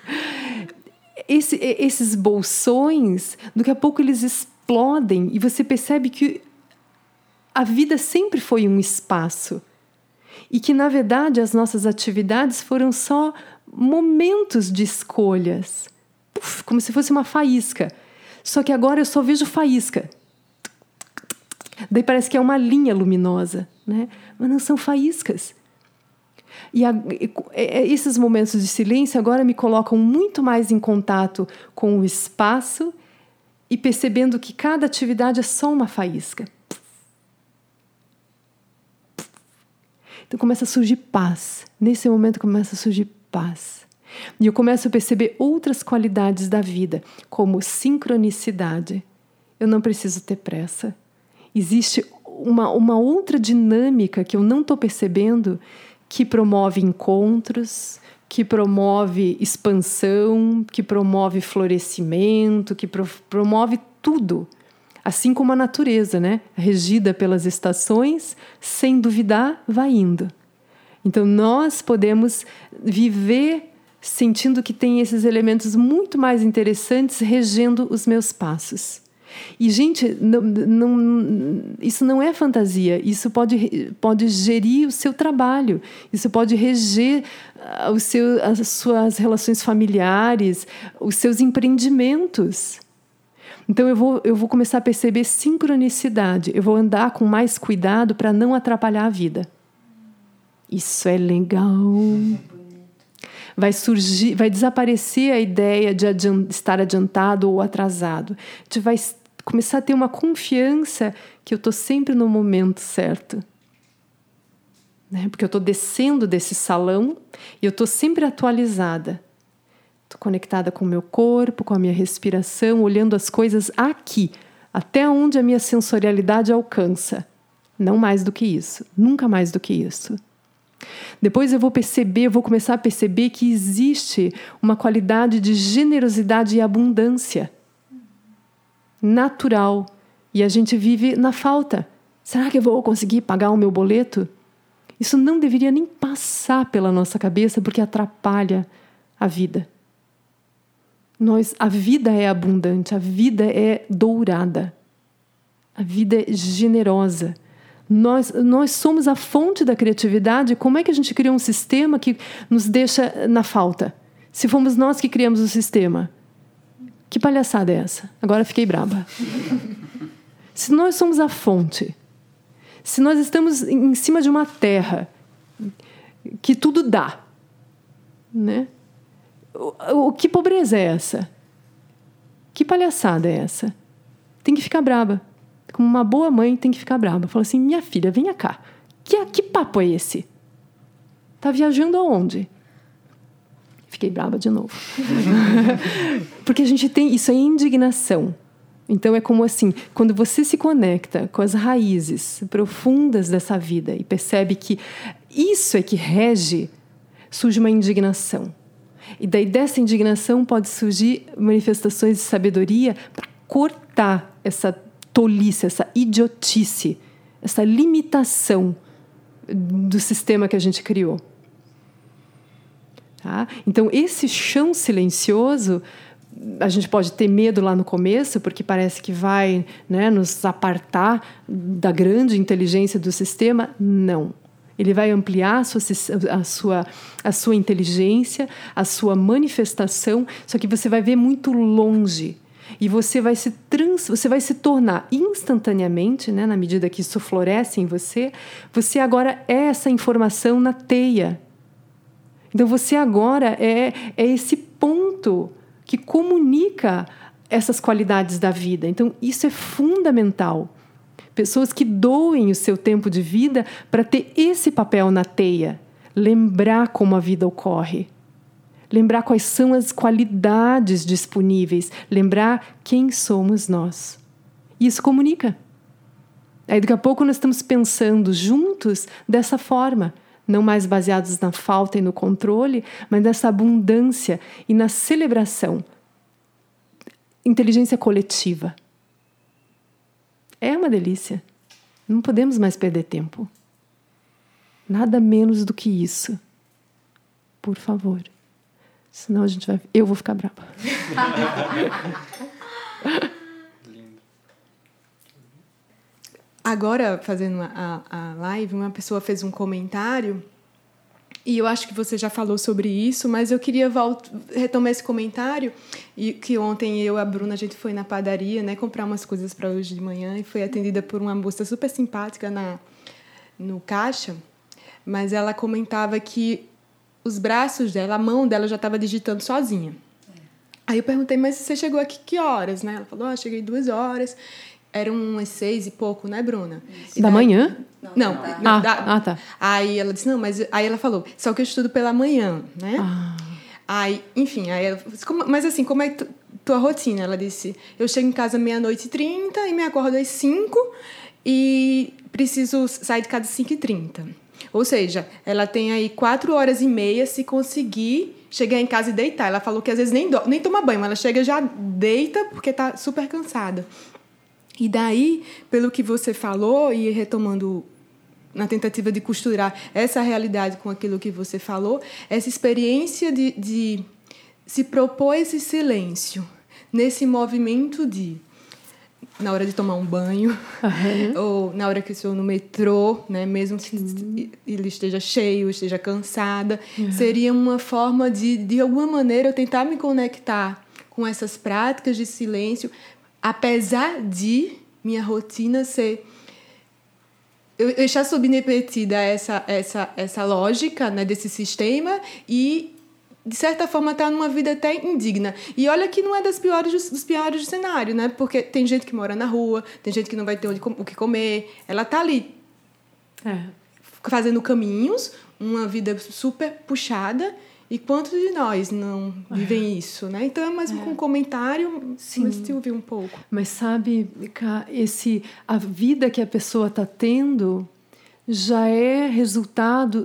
Esses bolsões, daqui a pouco eles explodem e você percebe que a vida sempre foi um espaço e que, na verdade, as nossas atividades foram só momentos de escolhas, como se fosse uma faísca. Só que agora eu só vejo faísca. Daí parece que é uma linha luminosa, né? Mas não são faíscas. E esses momentos de silêncio agora me colocam muito mais em contato com o espaço e percebendo que cada atividade é só uma faísca. Então começa a surgir paz. Nesse momento começa a surgir paz. E eu começo a perceber outras qualidades da vida, como sincronicidade. Eu não preciso ter pressa. Existe uma outra dinâmica que eu não estou percebendo, que promove encontros, que promove expansão, que promove florescimento, que promove tudo. Assim como a natureza, né? Regida pelas estações, sem duvidar, vai indo. Então, nós podemos viver sentindo que tem esses elementos muito mais interessantes regendo os meus passos. E, gente, isso não é fantasia. Isso pode gerir o seu trabalho. Isso pode reger as suas relações familiares, os seus empreendimentos. Então, eu vou começar a perceber sincronicidade. Eu vou andar com mais cuidado para não atrapalhar a vida. Isso é legal. Vai desaparecer a ideia de estar adiantado ou atrasado. A gente vai começar a ter uma confiança que eu estou sempre no momento certo. Né? Porque eu estou descendo desse salão e eu estou sempre atualizada. Estou conectada com o meu corpo, com a minha respiração, olhando as coisas aqui, até onde a minha sensorialidade alcança. Não mais do que isso. Nunca mais do que isso. Depois eu vou começar a perceber que existe uma qualidade de generosidade e abundância natural. E a gente vive na falta. Será que eu vou conseguir pagar o meu boleto? Isso não deveria nem passar pela nossa cabeça, porque atrapalha a vida. A vida é abundante, a vida é dourada, a vida é generosa. Nós somos a fonte da criatividade. Como é que a gente cria um sistema que nos deixa na falta? Se fomos nós que criamos o sistema. Que palhaçada é essa? Agora fiquei braba. Se nós somos a fonte, se nós estamos em cima de uma terra que tudo dá, né? Que pobreza é essa? Que palhaçada é essa? Tem que ficar braba. Como uma boa mãe tem que ficar braba. Fala assim, minha filha, venha cá. Que papo é esse? Tá viajando aonde? Fiquei braba de novo. Porque a gente tem... Isso é indignação. Então é como assim, quando você se conecta com as raízes profundas dessa vida e percebe que isso é que rege, surge uma indignação. E daí dessa indignação pode surgir manifestações de sabedoria para cortar essa tolice, essa idiotice, essa limitação do sistema que a gente criou. Tá? Então, esse chão silencioso, a gente pode ter medo lá no começo, porque parece que vai, né, nos apartar da grande inteligência do sistema. Não. Ele vai ampliar a sua inteligência, a sua manifestação, só que você vai ver muito longe. E você vai se tornar instantaneamente, né, na medida que isso floresce em você, você agora é essa informação na teia. Então, você agora é esse ponto que comunica essas qualidades da vida. Então, isso é fundamental. Pessoas que doem o seu tempo de vida para ter esse papel na teia. Lembrar como a vida ocorre. Lembrar quais são as qualidades disponíveis. Lembrar quem somos nós. E isso comunica. Aí, daqui a pouco, nós estamos pensando juntos dessa forma. Não mais baseados na falta e no controle, mas nessa abundância e na celebração. Inteligência coletiva. É uma delícia. Não podemos mais perder tempo. Nada menos do que isso. Por favor. Senão eu vou ficar brava. Agora, fazendo a live, uma pessoa fez um comentário e eu acho que você já falou sobre isso, mas eu queria retomar esse comentário, e que ontem eu e a Bruna, a gente foi na padaria, né, comprar umas coisas para hoje de manhã e foi atendida por uma moça super simpática no caixa, mas ela comentava que os braços dela, a mão dela já estava digitando sozinha. Aí eu perguntei, mas você chegou aqui que horas, né? Ela falou, cheguei 2 horas. Eram umas 6 e pouco, né, Bruna? Da manhã? Não. Tá. Aí ela disse, não, mas... Aí ela falou, só que eu estudo pela manhã, né? Aí, enfim, aí ela... Mas assim, como é tua rotina? Ela disse, eu chego em casa 00:30 e me acordo às 5 e preciso sair de casa às 5:30. Ou seja, ela tem aí 4 horas e meia se conseguir chegar em casa e deitar. Ela falou que às vezes nem toma banho, ela chega já deita porque está super cansada. E daí, pelo que você falou, e retomando na tentativa de costurar essa realidade com aquilo que você falou, essa experiência de se propor esse silêncio, nesse movimento de na hora de tomar um banho, ou na hora que eu estou no metrô, né? Mesmo que ele esteja cheio, esteja cansada. Seria uma forma de alguma maneira, eu tentar me conectar com essas práticas de silêncio, apesar de minha rotina ser... Eu já submetida a essa lógica, né, desse sistema e, de certa forma, está numa vida até indigna. E olha que não é dos piores do cenário, né? Porque tem gente que mora na rua, tem gente que não vai ter o que comer. Ela está ali fazendo caminhos, uma vida super puxada. E quantos de nós não vivem isso, né? Então, é mais um comentário, Sim. Mas te ouvir um pouco. Mas sabe, a vida que a pessoa está tendo já é resultado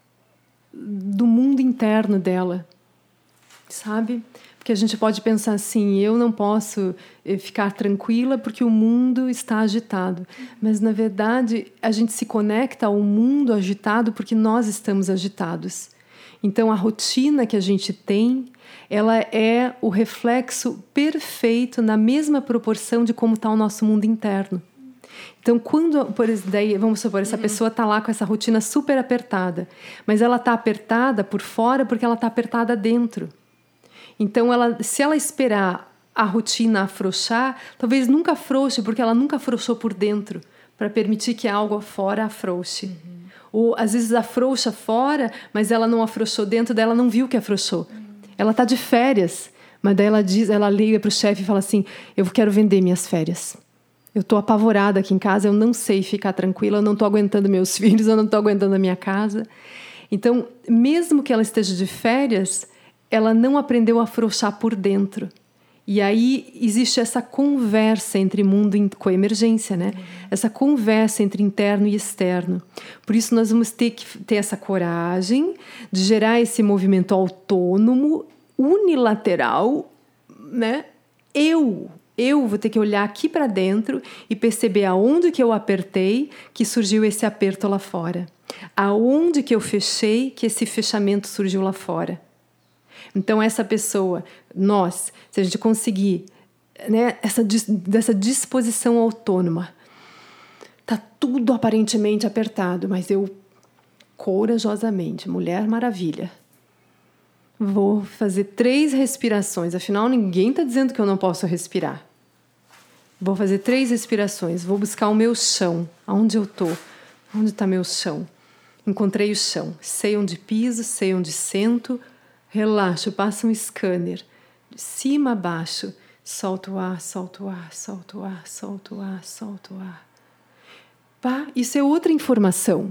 do mundo interno dela, sabe? Porque a gente pode pensar assim, eu não posso ficar tranquila porque o mundo está agitado. Mas, na verdade, a gente se conecta ao mundo agitado porque nós estamos agitados. Então, a rotina que a gente tem, ela é o reflexo perfeito, na mesma proporção de como está o nosso mundo interno. Então, vamos supor, essa pessoa está lá com essa rotina super apertada, mas ela está apertada por fora porque ela está apertada dentro. Então, se ela esperar a rotina afrouxar, talvez nunca afrouxe, porque ela nunca afrouxou por dentro, para permitir que algo fora afrouxe. Ou, às vezes, afrouxa fora, mas ela não afrouxou dentro dela, não viu que afrouxou. Ela está de férias, mas daí ela liga para o chefe e fala assim, eu quero vender minhas férias. Eu estou apavorada aqui em casa, eu não sei ficar tranquila, eu não estou aguentando meus filhos, eu não estou aguentando a minha casa. Então, mesmo que ela esteja de férias, ela não aprendeu a afrouxar por dentro. E aí existe essa conversa entre mundo e coemergência, né? Essa conversa entre interno e externo. Por isso nós vamos ter que ter essa coragem de gerar esse movimento autônomo, unilateral, né? Eu vou ter que olhar aqui para dentro e perceber aonde que eu apertei que surgiu esse aperto lá fora. Aonde que eu fechei que esse fechamento surgiu lá fora. Então, essa pessoa, se a gente conseguir, né, dessa disposição autônoma, está tudo aparentemente apertado, mas eu, corajosamente, Mulher Maravilha, vou fazer 3 respirações. Afinal, ninguém está dizendo que eu não posso respirar. Vou fazer 3 respirações, vou buscar o meu chão. Aonde eu estou? Onde está meu chão? Encontrei o chão. Sei onde piso, sei onde sento. Relaxo, passa um scanner, de cima a baixo, solto o ar, solto o ar, solto o ar, solto o ar, solto o ar. Pá, isso é outra informação,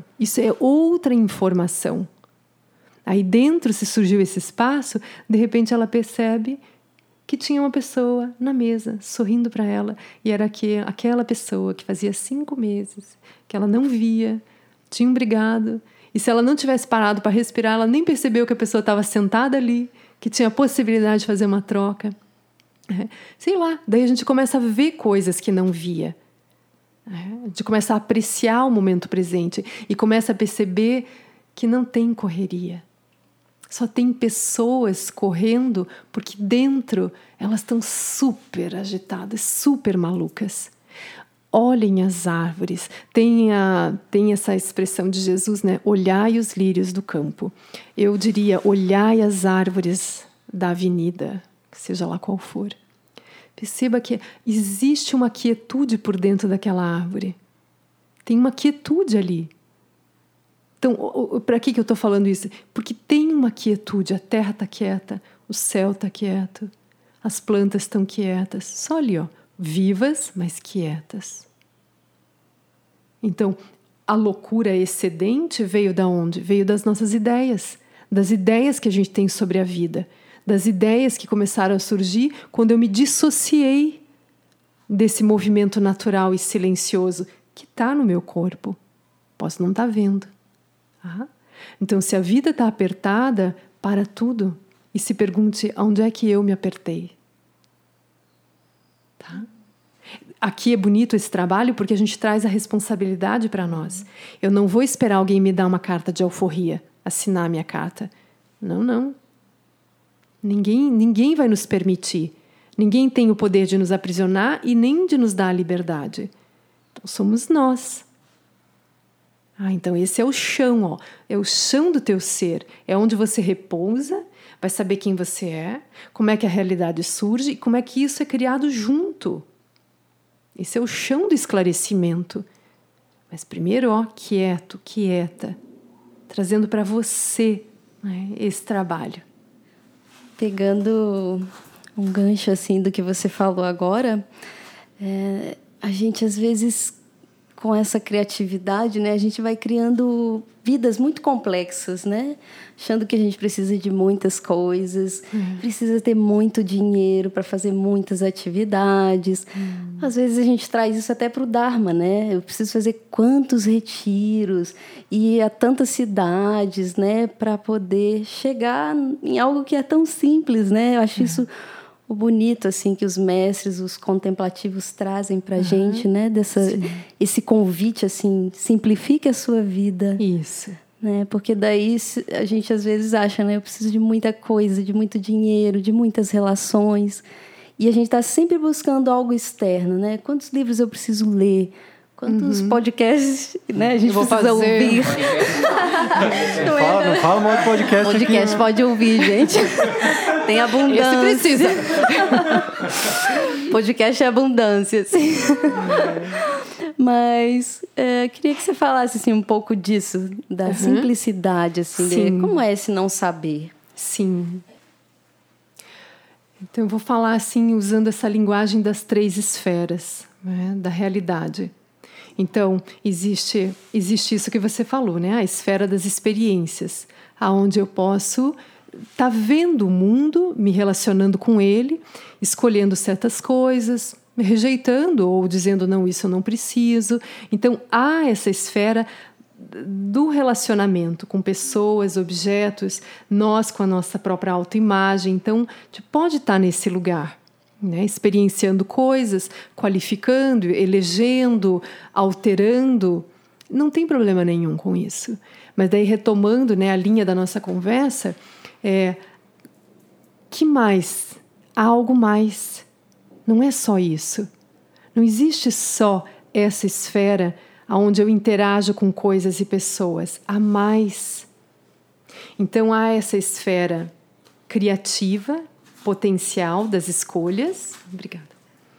Aí dentro, se surgiu esse espaço, de repente ela percebe que tinha uma pessoa na mesa, sorrindo para ela, e era aquela pessoa que fazia 5 meses, que ela não via, tinham brigado. E se ela não tivesse parado para respirar, ela nem percebeu que a pessoa estava sentada ali, que tinha a possibilidade de fazer uma troca. Sei lá, daí a gente começa a ver coisas que não via. A gente começa a apreciar o momento presente e começa a perceber que não tem correria. Só tem pessoas correndo porque dentro elas estão super agitadas, super malucas. Olhem as árvores. Tem essa expressão de Jesus, né? Olhai os lírios do campo. Eu diria, olhai as árvores da avenida, seja lá qual for. Perceba que existe uma quietude por dentro daquela árvore. Tem uma quietude ali. Então, para que eu estou falando isso? Porque tem uma quietude. A terra está quieta, o céu está quieto, as plantas estão quietas. Só ali, ó, vivas, mas quietas. Então, a loucura excedente veio da onde? Veio das nossas ideias, das ideias que a gente tem sobre a vida, das ideias que começaram a surgir quando eu me dissociei desse movimento natural e silencioso que está no meu corpo. Posso não estar vendo. Então, se a vida está apertada, para tudo e se pergunte onde é que eu me apertei. Tá? Aqui é bonito esse trabalho porque a gente traz a responsabilidade para nós. Eu não vou esperar alguém me dar uma carta de alforria, assinar a minha carta. Não. Ninguém vai nos permitir. Ninguém tem o poder de nos aprisionar e nem de nos dar a liberdade. Então, somos nós. Então esse é o chão, ó. É o chão do teu ser. É onde você repousa, vai saber quem você é, como é que a realidade surge e como é que isso é criado junto. Esse é o chão do esclarecimento. Mas primeiro, ó, quieto, quieta, trazendo para você, né, esse trabalho. Pegando um gancho assim do que você falou agora, a gente às vezes com essa criatividade, né, a gente vai criando vidas muito complexas, né? Achando que a gente precisa de muitas coisas, precisa ter muito dinheiro para fazer muitas atividades. Às vezes a gente traz isso até para o Dharma, né? Eu preciso fazer quantos retiros e ir a tantas cidades, né, para poder chegar em algo que é tão simples, né? Eu acho isso o bonito assim que os mestres, os contemplativos trazem para a gente, né? Esse convite assim, simplifique a sua vida. Isso. Né? Porque daí a gente às vezes acha, né? Eu preciso de muita coisa, de muito dinheiro, de muitas relações. E a gente está sempre buscando algo externo, né? Quantos livros eu preciso ler? Quantos podcasts, né? A gente precisa ouvir. Não fala mal de podcast. Podcast aqui, pode ouvir, gente. Tem abundância. Esse precisa. Podcast é abundância, assim. Mas queria que você falasse assim, um pouco disso, da simplicidade, assim, de como é esse não saber. Sim. Então, eu vou falar assim, usando essa linguagem das 3 esferas, né, da realidade. Então, existe isso que você falou, né? A esfera das experiências, aonde eu posso estar vendo o mundo, me relacionando com ele, escolhendo certas coisas, me rejeitando ou dizendo, não, isso eu não preciso. Então, há essa esfera do relacionamento com pessoas, objetos, nós com a nossa própria autoimagem. Então, a gente pode estar nesse lugar, né? Experienciando coisas, qualificando, elegendo, alterando. Não tem problema nenhum com isso. Mas daí, retomando, né, a linha da nossa conversa, que mais? Há algo mais. Não é só isso. Não existe só essa esfera onde eu interajo com coisas e pessoas. Há mais. Então, há essa esfera criativa, potencial das escolhas. Obrigada.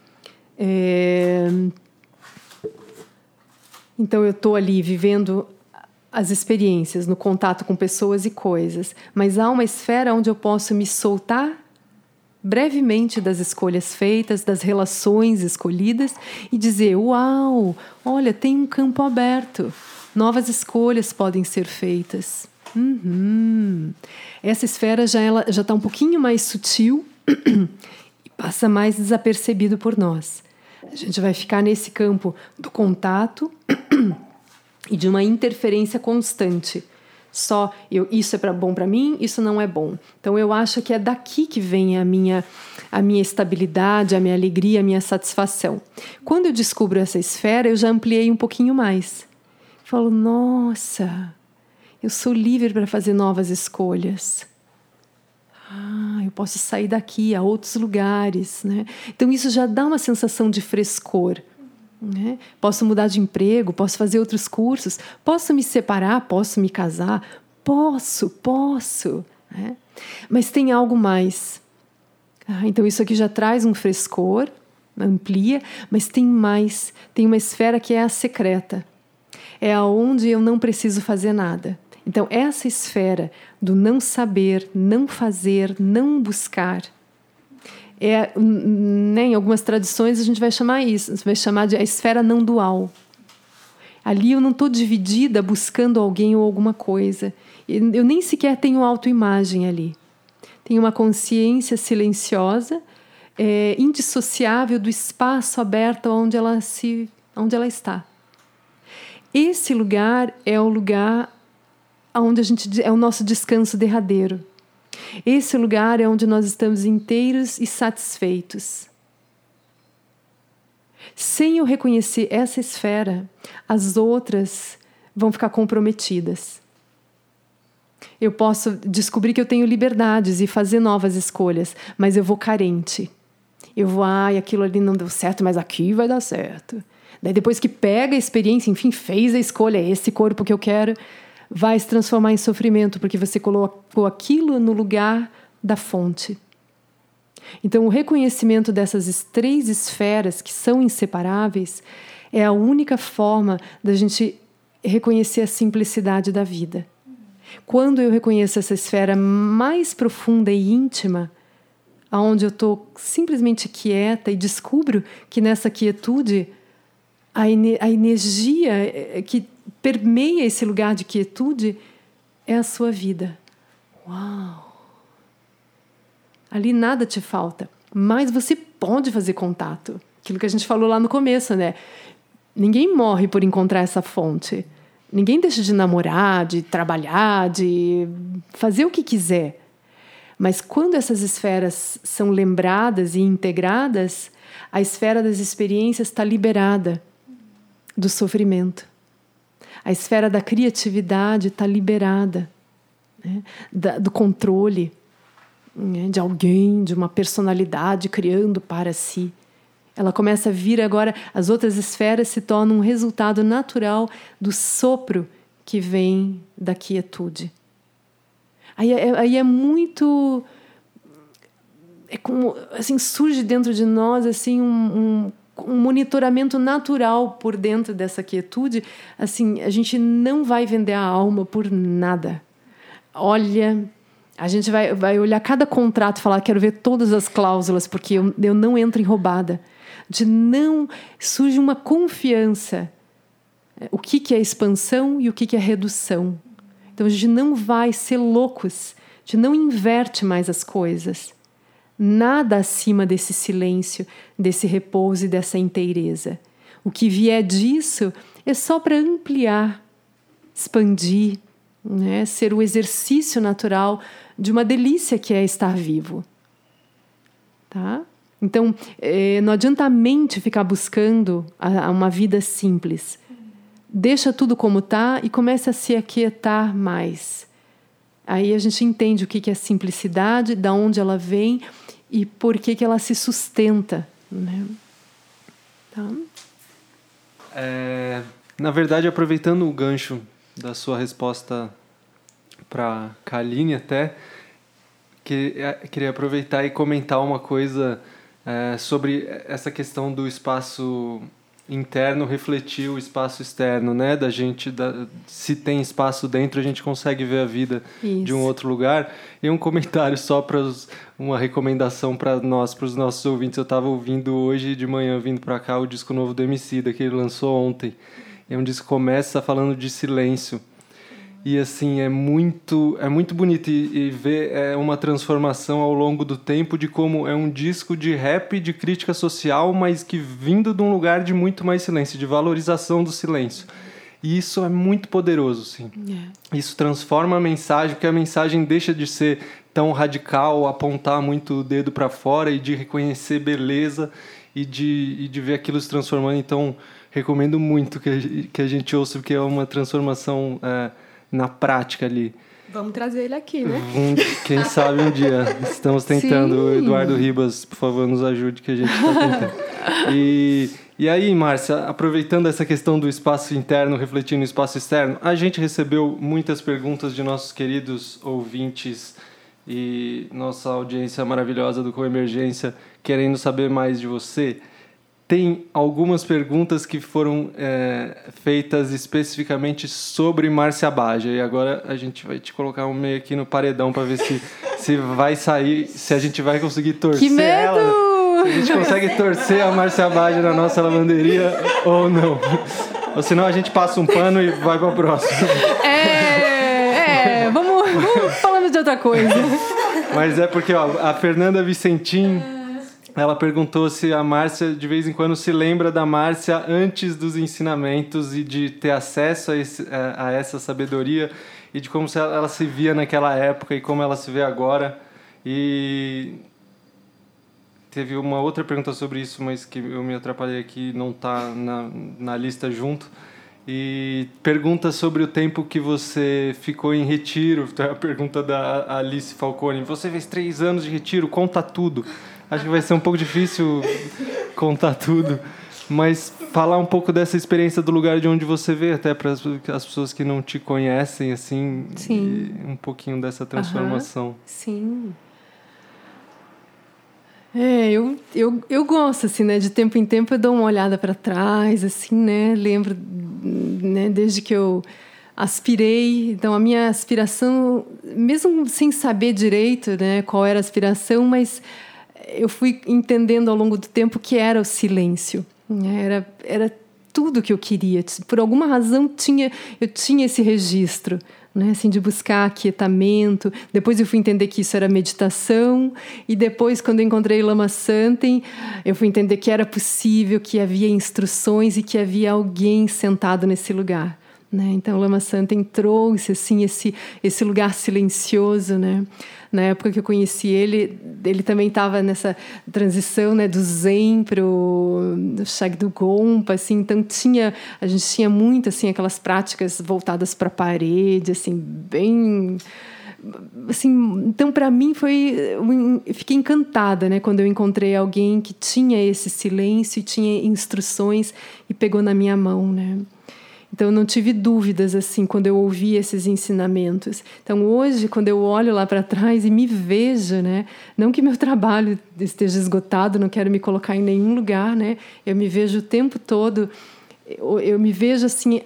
Então, eu estou ali vivendo as experiências no contato com pessoas e coisas, mas há uma esfera onde eu posso me soltar brevemente das escolhas feitas, das relações escolhidas e dizer, uau, olha, tem um campo aberto, novas escolhas podem ser feitas. Essa esfera já está um pouquinho mais sutil e passa mais desapercebido por nós. A gente vai ficar nesse campo do contato e de uma interferência constante. Só isso é bom para mim, isso não é bom. Então eu acho que é daqui que vem a minha estabilidade, a minha alegria, a minha satisfação. Quando eu descubro essa esfera, eu já ampliei um pouquinho mais. Eu falo, nossa, eu sou livre para fazer novas escolhas. Eu posso sair daqui a outros lugares, né? Então isso já dá uma sensação de frescor. Né? Posso mudar de emprego, posso fazer outros cursos, posso me separar, posso me casar, posso, né? Mas tem algo mais. Então isso aqui já traz um frescor, amplia, mas tem mais, tem uma esfera que é a secreta, é aonde eu não preciso fazer nada. Então essa esfera do não saber, não fazer, não buscar, né, em algumas tradições a gente vai chamar isso, vai chamar de a esfera não dual. Ali eu não estou dividida buscando alguém ou alguma coisa. Eu nem sequer tenho autoimagem ali. Tenho uma consciência silenciosa, indissociável do espaço aberto onde ela está. Esse lugar é o lugar onde é o nosso descanso derradeiro. Esse lugar é onde nós estamos inteiros e satisfeitos. Sem eu reconhecer essa esfera, as outras vão ficar comprometidas. Eu posso descobrir que eu tenho liberdades e fazer novas escolhas, mas eu vou carente. eu vou, aquilo ali não deu certo, mas aqui vai dar certo. Daí depois que pega a experiência, enfim, fez a escolha, é esse corpo que eu quero, vai se transformar em sofrimento, porque você colocou aquilo no lugar da fonte. Então, o reconhecimento dessas 3 esferas que são inseparáveis é a única forma da gente reconhecer a simplicidade da vida. Quando eu reconheço essa esfera mais profunda e íntima, onde eu estou simplesmente quieta e descubro que nessa quietude a energia que permeia esse lugar de quietude é a sua vida. Uau! Ali nada te falta, mas você pode fazer contato. Aquilo que a gente falou lá no começo, né? Ninguém morre por encontrar essa fonte. Ninguém deixa de namorar, de trabalhar, de fazer o que quiser. Mas quando essas esferas são lembradas e integradas, a esfera das experiências está liberada do sofrimento. A esfera da criatividade está liberada, né? Do controle, né? De alguém, de uma personalidade criando para si. Ela começa a vir agora, as outras esferas se tornam um resultado natural do sopro que vem da quietude. Aí é muito... É como, assim, surge dentro de nós assim, um monitoramento natural por dentro dessa quietude. Assim, a gente não vai vender a alma por nada. Olha, a gente vai olhar cada contrato e falar, quero ver todas as cláusulas, porque eu não entro em roubada. Surge uma confiança. O que é expansão e o que é redução. Então, a gente não vai ser loucos, a gente não inverte mais as coisas. Nada acima desse silêncio, desse repouso e dessa inteireza. O que vier disso é só para ampliar, expandir, né? Ser o exercício natural de uma delícia que é estar vivo. Tá? Então, não adianta a mente ficar buscando uma vida simples. Deixa tudo como está e começa a se aquietar mais. Aí a gente entende o que é simplicidade, de onde ela vem e por que ela se sustenta. Né? Tá? Na verdade, aproveitando o gancho da sua resposta para Kaline até, queria aproveitar e comentar uma coisa sobre essa questão do espaço interno refletir o espaço externo, né? Da gente, se tem espaço dentro, a gente consegue ver a vida de um outro lugar. E um comentário só para uma recomendação para os nossos ouvintes. Eu estava ouvindo hoje de manhã, vindo para cá, o disco novo do Emicida, que ele lançou ontem. É um disco que começa falando de silêncio. E assim, é muito bonito e ver uma transformação ao longo do tempo de como é um disco de rap, de crítica social, mas que vindo de um lugar de muito mais silêncio, de valorização do silêncio. E isso é muito poderoso, sim. Isso transforma a mensagem, porque a mensagem deixa de ser tão radical, apontar muito o dedo para fora e de reconhecer beleza e de ver aquilo se transformando. Então, recomendo muito que a gente ouça, porque é uma transformação... na prática ali. Vamos trazer ele aqui, né? Quem sabe um dia. Estamos tentando. Sim. O Eduardo Ribas, por favor, nos ajude, que a gente está tentando. E aí, Márcia, aproveitando essa questão do espaço interno refletindo o espaço externo, a gente recebeu muitas perguntas de nossos queridos ouvintes e nossa audiência maravilhosa do Coemergência querendo saber mais de você. Tem algumas perguntas que foram feitas especificamente sobre Márcia Baja. E agora a gente vai te colocar um meio aqui no paredão para ver se vai sair, se a gente vai conseguir torcer. Que medo! Ela. Se a gente consegue torcer a Márcia Baja na nossa lavanderia ou não. Ou senão a gente passa um pano e vai para o próximo. Vamos falando de outra coisa. Mas é porque a Fernanda Vicentim... Ela perguntou se a Márcia, de vez em quando, se lembra da Márcia antes dos ensinamentos e de ter acesso a essa sabedoria e de como ela se via naquela época e como ela se vê agora. E teve uma outra pergunta sobre isso, mas que eu me atrapalhei aqui, não está na lista junto. E pergunta sobre o tempo que você ficou em retiro. A pergunta da Alice Falcone. Você fez 3 anos de retiro, conta tudo. Acho que vai ser um pouco difícil contar tudo, mas falar um pouco dessa experiência do lugar de onde você veio, até para as pessoas que não te conhecem, assim, Sim. E um pouquinho dessa transformação. Sim. Eu gosto, assim, né? De tempo em tempo eu dou uma olhada para trás, assim, né? Lembro, né? Desde que eu aspirei. Então, a minha aspiração, mesmo sem saber direito, né? Qual era a aspiração, mas eu fui entendendo ao longo do tempo que era o silêncio. Né? Era tudo que eu queria. Por alguma razão, eu tinha esse registro, né, assim, de buscar aquietamento. Depois eu fui entender que isso era meditação, e depois, quando eu encontrei Lama Santen, eu fui entender que era possível, que havia instruções e que havia alguém sentado nesse lugar, né? Então Lama Santen trouxe assim, esse lugar silencioso, né? Na época que eu conheci ele também estava nessa transição, né, do Zen para o Shagdu Gompa, assim, então a gente tinha muito assim, aquelas práticas voltadas para a parede, assim, bem... Assim, então, para mim, fiquei encantada, né, quando eu encontrei alguém que tinha esse silêncio e tinha instruções e pegou na minha mão, né? Então, eu não tive dúvidas, assim, quando eu ouvi esses ensinamentos. Então, hoje, quando eu olho lá para trás e me vejo, né? Não que meu trabalho esteja esgotado, não quero me colocar em nenhum lugar, né? Eu me vejo o tempo todo, eu me vejo, assim,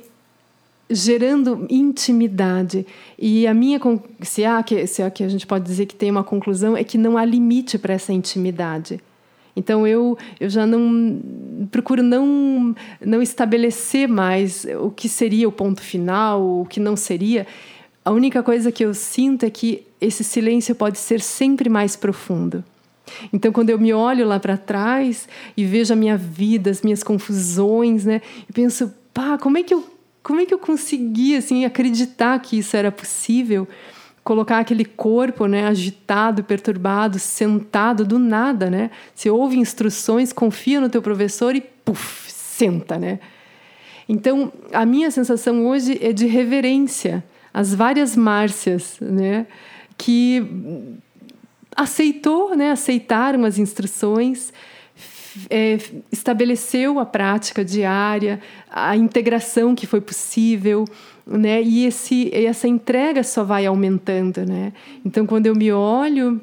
gerando intimidade. E a minha... Se há que a gente pode dizer que tem uma conclusão, é que não há limite para essa intimidade. Então, eu já procuro não estabelecer mais o que seria o ponto final, o que não seria. A única coisa que eu sinto é que esse silêncio pode ser sempre mais profundo. Então, quando eu me olho lá para trás e vejo a minha vida, as minhas confusões, né, eu penso, como é que eu consegui, assim, acreditar que isso era possível? Colocar aquele corpo, né, agitado, perturbado, sentado do nada, né? Você ouve instruções, confia no teu professor e senta, né? Então, a minha sensação hoje é de reverência às várias Márcias, né, que aceitaram as instruções, estabeleceu a prática diária, a integração que foi possível, né? E essa entrega só vai aumentando, né? Então, quando eu me olho,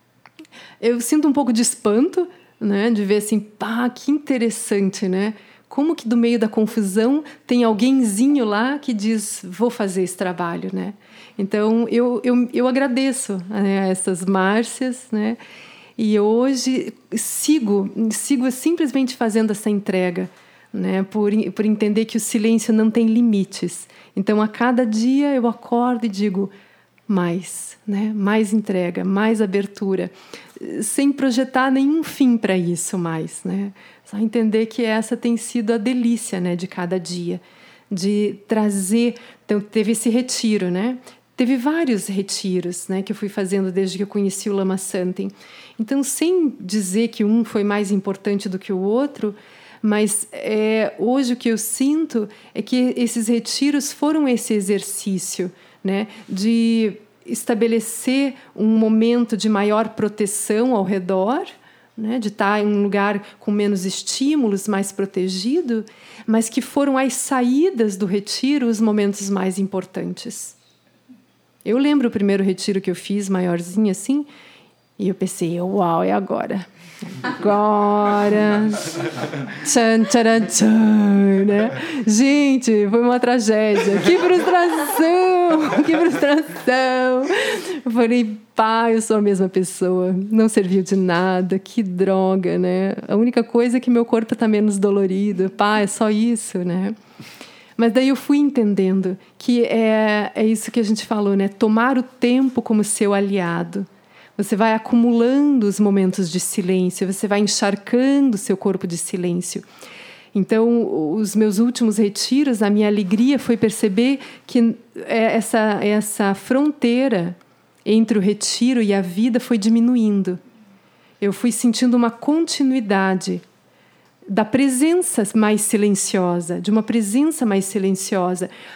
eu sinto um pouco de espanto, né? De ver assim, que interessante, né? Como que do meio da confusão tem alguémzinho lá que diz, vou fazer esse trabalho, né? Então, eu agradeço, né, a essas Márcias, né? E hoje sigo simplesmente fazendo essa entrega, né? Por entender que o silêncio não tem limites. Então, a cada dia eu acordo e digo mais, né? Mais entrega, mais abertura, sem projetar nenhum fim para isso mais, né? Só entender que essa tem sido a delícia, né, de cada dia, de trazer... Então, teve esse retiro, né? Teve vários retiros, né, que eu fui fazendo desde que eu conheci o Lama Santen. Então, sem dizer que um foi mais importante do que o outro, mas hoje o que eu sinto é que esses retiros foram esse exercício, né, de estabelecer um momento de maior proteção ao redor, né, de estar em um lugar com menos estímulos, mais protegido, mas que foram as saídas do retiro os momentos mais importantes. Eu lembro o primeiro retiro que eu fiz, maiorzinho assim, e eu pensei, uau, é agora. Agora. Tchan, tcharan, tchan, né? Gente, foi uma tragédia. Que frustração! Que frustração! Eu falei, eu sou a mesma pessoa. Não serviu de nada. Que droga, né? A única coisa é que meu corpo está menos dolorido. É só isso, né? Mas daí eu fui entendendo que é isso que a gente falou, né? Tomar o tempo como seu aliado. Você vai acumulando os momentos de silêncio, você vai encharcando o seu corpo de silêncio. Então, os meus últimos retiros, a minha alegria foi perceber que essa fronteira entre o retiro e a vida foi diminuindo. Eu fui sentindo uma continuidade da presença mais silenciosa, de uma presença mais silenciosa.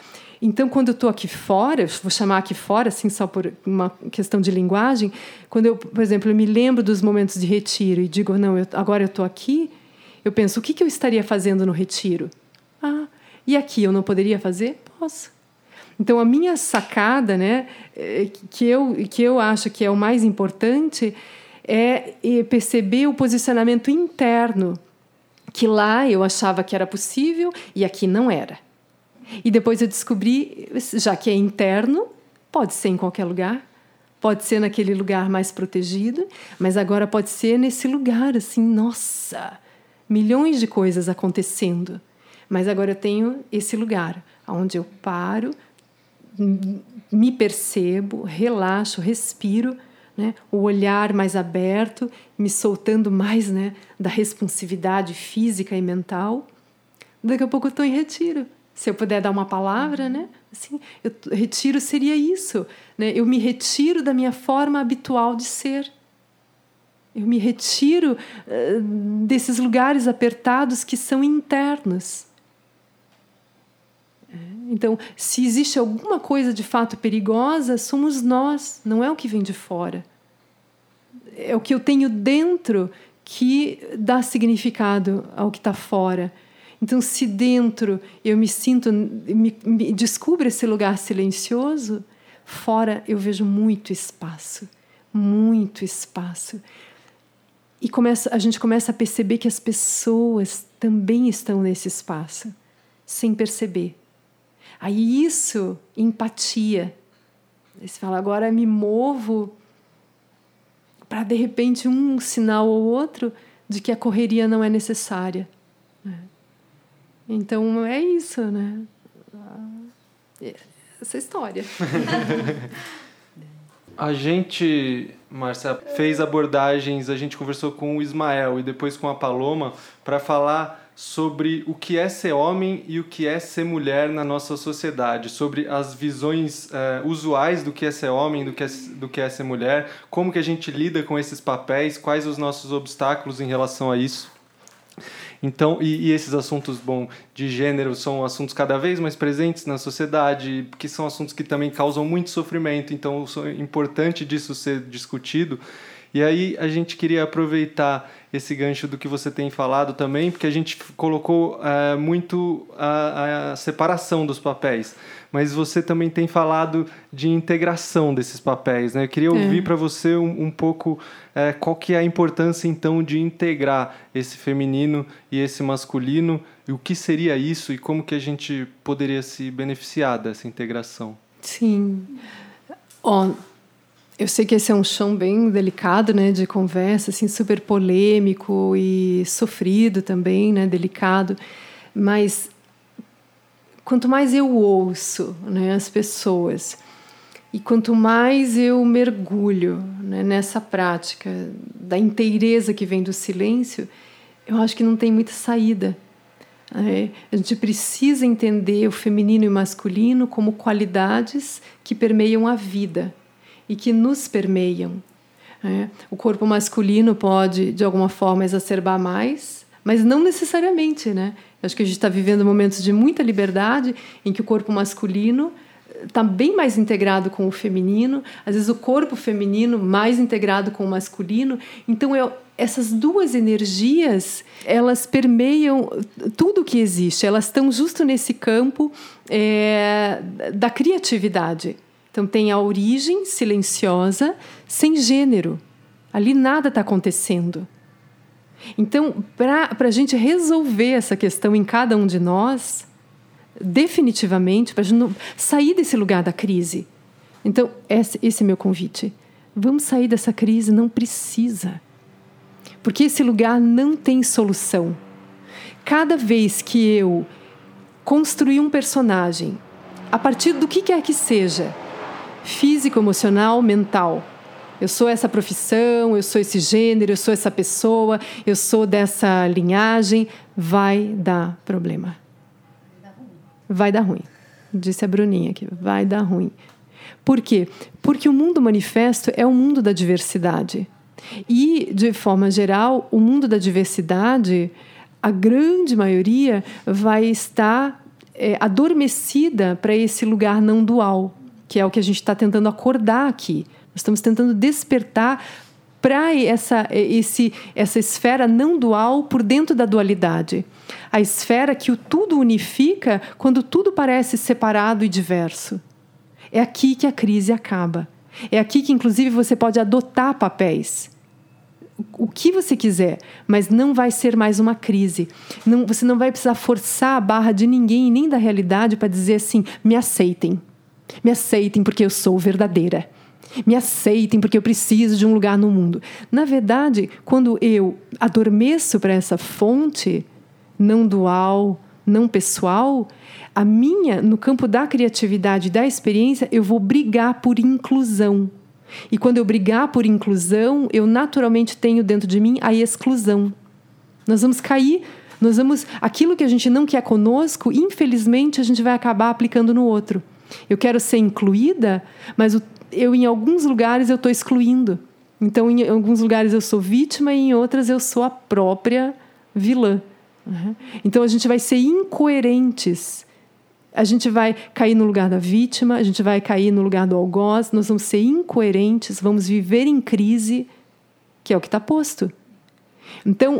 Então, quando eu estou aqui fora, vou chamar aqui fora, assim, só por uma questão de linguagem, quando eu, por exemplo, eu me lembro dos momentos de retiro e digo, não, agora eu estou aqui, eu penso, o que eu estaria fazendo no retiro? E aqui eu não poderia fazer? Posso. Então, a minha sacada, né, que eu acho que é o mais importante, é perceber o posicionamento interno, que lá eu achava que era possível e aqui não era. E depois eu descobri, já que é interno, pode ser em qualquer lugar, pode ser naquele lugar mais protegido, mas agora pode ser nesse lugar, assim, nossa, milhões de coisas acontecendo. Mas agora eu tenho esse lugar, onde eu paro, me percebo, relaxo, respiro, né? O olhar mais aberto, me soltando mais, né, da responsividade física e mental. Daqui a pouco eu estou em retiro. Se eu puder dar uma palavra, né? Assim, retiro seria isso, né? Eu me retiro da minha forma habitual de ser. Eu me retiro desses lugares apertados que são internos. Então, se existe alguma coisa de fato perigosa, somos nós, não é o que vem de fora. É o que eu tenho dentro que dá significado ao que está fora. Então, se dentro eu me sinto, me descubro esse lugar silencioso, fora eu vejo muito espaço, muito espaço. E a gente começa a perceber que as pessoas também estão nesse espaço, sem perceber. Aí isso, empatia. Aí você fala, agora me movo para, de repente, um sinal ou outro de que a correria não é necessária. Então, é isso, né? Essa história. A gente, Márcia, fez abordagens, a gente conversou com o Ismael e depois com a Paloma para falar sobre o que é ser homem e o que é ser mulher na nossa sociedade, sobre as visões usuais do que é ser homem, do que é ser mulher, como que a gente lida com esses papéis, quais os nossos obstáculos em relação a isso. Então, e esses assuntos, de gênero são assuntos cada vez mais presentes na sociedade, que são assuntos que também causam muito sofrimento, então é importante disso ser discutido. E aí a gente queria aproveitar esse gancho do que você tem falado também, porque a gente colocou muito a separação dos papéis, mas você também tem falado de integração desses papéis, né? Eu queria ouvir para você um pouco qual que é a importância, então, de integrar esse feminino e esse masculino, e o que seria isso e como que a gente poderia se beneficiar dessa integração. Sim. Eu sei que esse é um chão bem delicado, né, de conversa, assim, super polêmico e sofrido também, né, delicado. Mas quanto mais eu ouço, né, as pessoas e quanto mais eu mergulho, né, nessa prática da inteireza que vem do silêncio, eu acho que não tem muita saída. A gente precisa entender o feminino e o masculino como qualidades que permeiam a vida e que nos permeiam. O corpo masculino pode, de alguma forma, exacerbar mais, mas não necessariamente, né? Acho que a gente está vivendo momentos de muita liberdade em que o corpo masculino está bem mais integrado com o feminino, às vezes o corpo feminino mais integrado com o masculino. Então, essas duas energias, elas permeiam tudo o que existe, elas estão justo nesse campo da criatividade. Então, tem a origem silenciosa, sem gênero. Ali nada está acontecendo. Então, para a gente resolver essa questão em cada um de nós, definitivamente, para a gente não sair desse lugar da crise. Então, esse é meu convite. Vamos sair dessa crise, não precisa. Porque esse lugar não tem solução. Cada vez que eu construir um personagem, a partir do que quer que seja, físico, emocional, mental. Eu sou essa profissão, eu sou esse gênero, eu sou essa pessoa, eu sou dessa linhagem. Vai dar problema. Vai dar ruim. Disse a Bruninha aqui. Vai dar ruim. Por quê? Porque o mundo manifesto é o mundo da diversidade. E, de forma geral, o mundo da diversidade, a grande maioria vai estar adormecida para esse lugar não dual, que é o que a gente está tentando acordar aqui. Nós estamos tentando despertar para essa esfera não dual por dentro da dualidade. A esfera que o tudo unifica quando tudo parece separado e diverso. É aqui que a crise acaba. É aqui que, inclusive, você pode adotar papéis. O que você quiser, mas não vai ser mais uma crise. Você não vai precisar forçar a barra de ninguém, nem da realidade, para dizer assim, me aceitem. Me aceitem porque eu sou verdadeira. Me aceitem porque eu preciso de um lugar no mundo. Na verdade, quando eu adormeço para essa fonte não dual, não pessoal, no campo da criatividade e da experiência, eu vou brigar por inclusão. E quando eu brigar por inclusão, eu naturalmente tenho dentro de mim a exclusão. Nós vamos cair, aquilo que a gente não quer conosco, infelizmente, a gente vai acabar aplicando no outro. Eu quero ser incluída, mas em alguns lugares eu estou excluindo. Então, em alguns lugares eu sou vítima e em outras eu sou a própria vilã. Uhum. Então, a gente vai ser incoerentes. A gente vai cair no lugar da vítima, a gente vai cair no lugar do algoz, nós vamos ser incoerentes, vamos viver em crise, que é o que está posto. Então,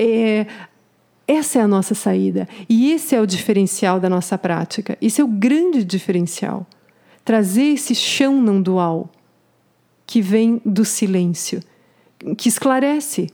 essa é a nossa saída. E esse é o diferencial da nossa prática. Esse é o grande diferencial. Trazer esse chão não dual que vem do silêncio, que esclarece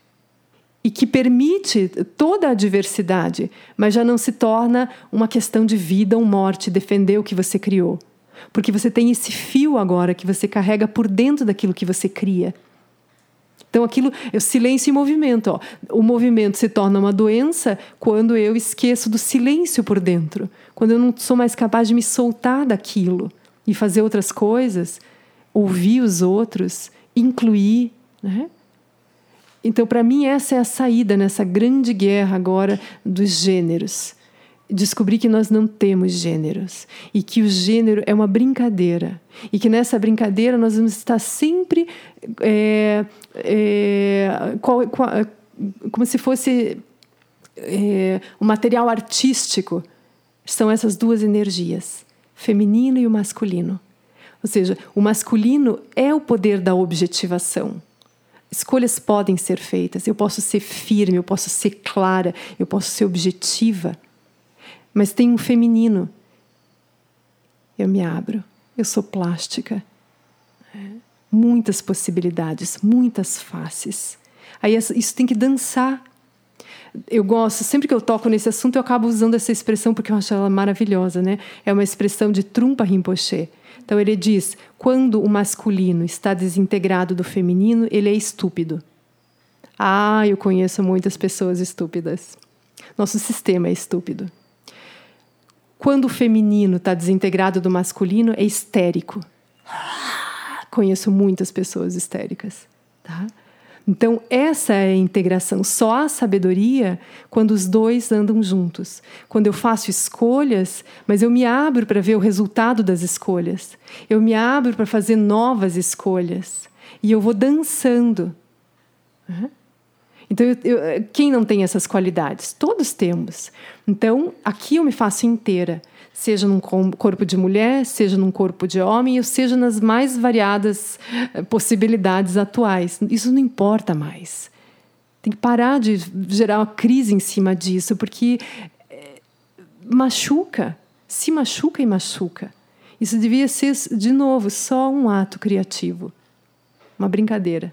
e que permite toda a diversidade, mas já não se torna uma questão de vida ou morte, defender o que você criou. Porque você tem esse fio agora que você carrega por dentro daquilo que você cria. Então, aquilo é o silêncio e movimento. Ó. O movimento se torna uma doença quando eu esqueço do silêncio por dentro. Quando eu não sou mais capaz de me soltar daquilo e fazer outras coisas, ouvir os outros, incluir. Né? Então, para mim, essa é a saída nessa grande guerra agora dos gêneros. Descobrir que nós não temos gêneros e que o gênero é uma brincadeira e que nessa brincadeira nós vamos estar sempre como se fosse um material artístico. São essas duas energias, feminino e o masculino. Ou seja, o masculino é o poder da objetivação. Escolhas podem ser feitas, eu posso ser firme, eu posso ser clara, eu posso ser objetiva. Mas tem um feminino. Eu me abro. Eu sou plástica. Muitas possibilidades, muitas faces. Aí isso tem que dançar. Eu gosto, sempre que eu toco nesse assunto, eu acabo usando essa expressão porque eu acho ela maravilhosa, né? É uma expressão de Trungpa Rinpoche. Então ele diz, quando o masculino está desintegrado do feminino, ele é estúpido. Eu conheço muitas pessoas estúpidas. Nosso sistema é estúpido. Quando o feminino está desintegrado do masculino, é histérico. Conheço muitas pessoas histéricas. Tá? Então, essa é a integração. Só há sabedoria quando os dois andam juntos. Quando eu faço escolhas, mas eu me abro para ver o resultado das escolhas. Eu me abro para fazer novas escolhas. E eu vou dançando. Então, quem não tem essas qualidades? Todos temos. Então, aqui eu me faço inteira. Seja num corpo de mulher, seja num corpo de homem, ou seja nas mais variadas possibilidades atuais. Isso não importa mais. Tem que parar de gerar uma crise em cima disso, porque machuca. Se machuca e machuca. Isso devia ser, de novo, só um ato criativo. Uma brincadeira.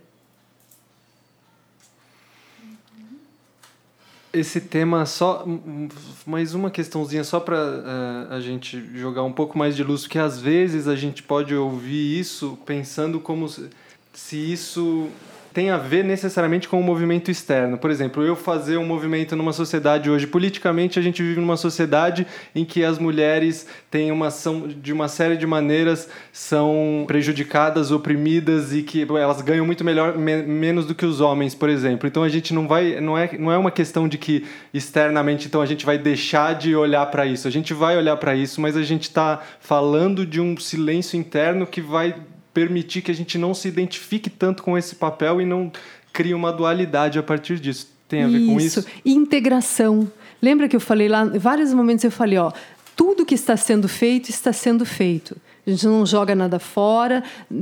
Esse tema, só mais uma questãozinha só para a gente jogar um pouco mais de luz, porque às vezes a gente pode ouvir isso pensando como se isso tem a ver necessariamente com o movimento externo. Por exemplo, eu fazer um movimento numa sociedade hoje, politicamente a gente vive numa sociedade em que as mulheres são, de uma série de maneiras, são prejudicadas, oprimidas e que elas ganham muito menos do que os homens, por exemplo. Então a gente não é uma questão de que externamente então a gente vai deixar de olhar para isso. A gente vai olhar para isso, mas a gente está falando de um silêncio interno que vai permitir que a gente não se identifique tanto com esse papel e não crie uma dualidade a partir disso. Tem a ver com isso? Integração. Lembra que eu falei lá, em vários momentos eu falei, tudo que está sendo feito, está sendo feito. A gente não joga nada fora.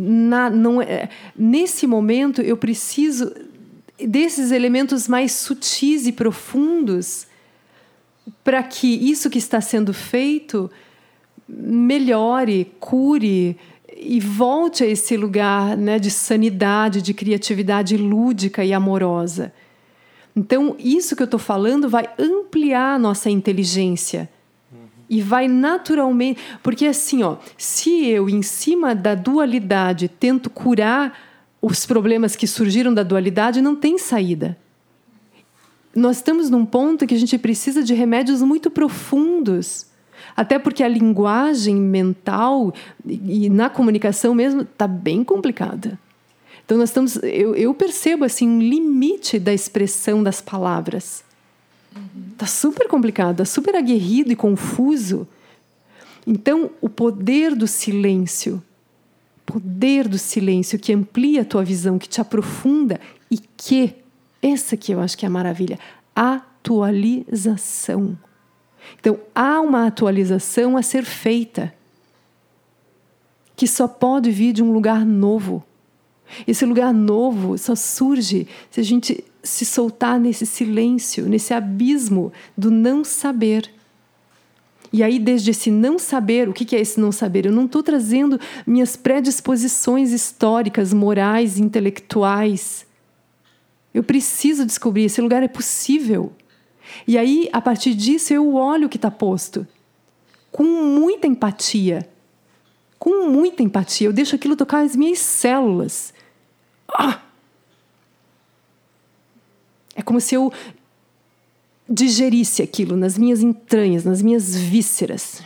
Nesse momento, eu preciso desses elementos mais sutis e profundos para que isso que está sendo feito melhore, cure e volte a esse lugar, né, de sanidade, de criatividade lúdica e amorosa. Então, isso que eu estou falando vai ampliar a nossa inteligência. E vai naturalmente... Porque assim, se eu, em cima da dualidade, tento curar os problemas que surgiram da dualidade, não tem saída. Nós estamos num ponto que a gente precisa de remédios muito profundos. Até porque a linguagem mental e na comunicação mesmo está bem complicada. Então, eu percebo assim, um limite da expressão das palavras. Está super complicado, super aguerrido e confuso. Então, o poder do silêncio que amplia a tua visão, que te aprofunda e que, essa que eu acho que é a maravilha, atualização. Então, há uma atualização a ser feita que só pode vir de um lugar novo. Esse lugar novo só surge se a gente se soltar nesse silêncio, nesse abismo do não saber. E aí, desde esse não saber, o que é esse não saber? Eu não estou trazendo minhas predisposições históricas, morais, intelectuais. Eu preciso descobrir, esse lugar é possível. E aí, a partir disso, eu olho o que está posto. Com muita empatia. Eu deixo aquilo tocar as minhas células. É como se eu digerisse aquilo nas minhas entranhas, nas minhas vísceras.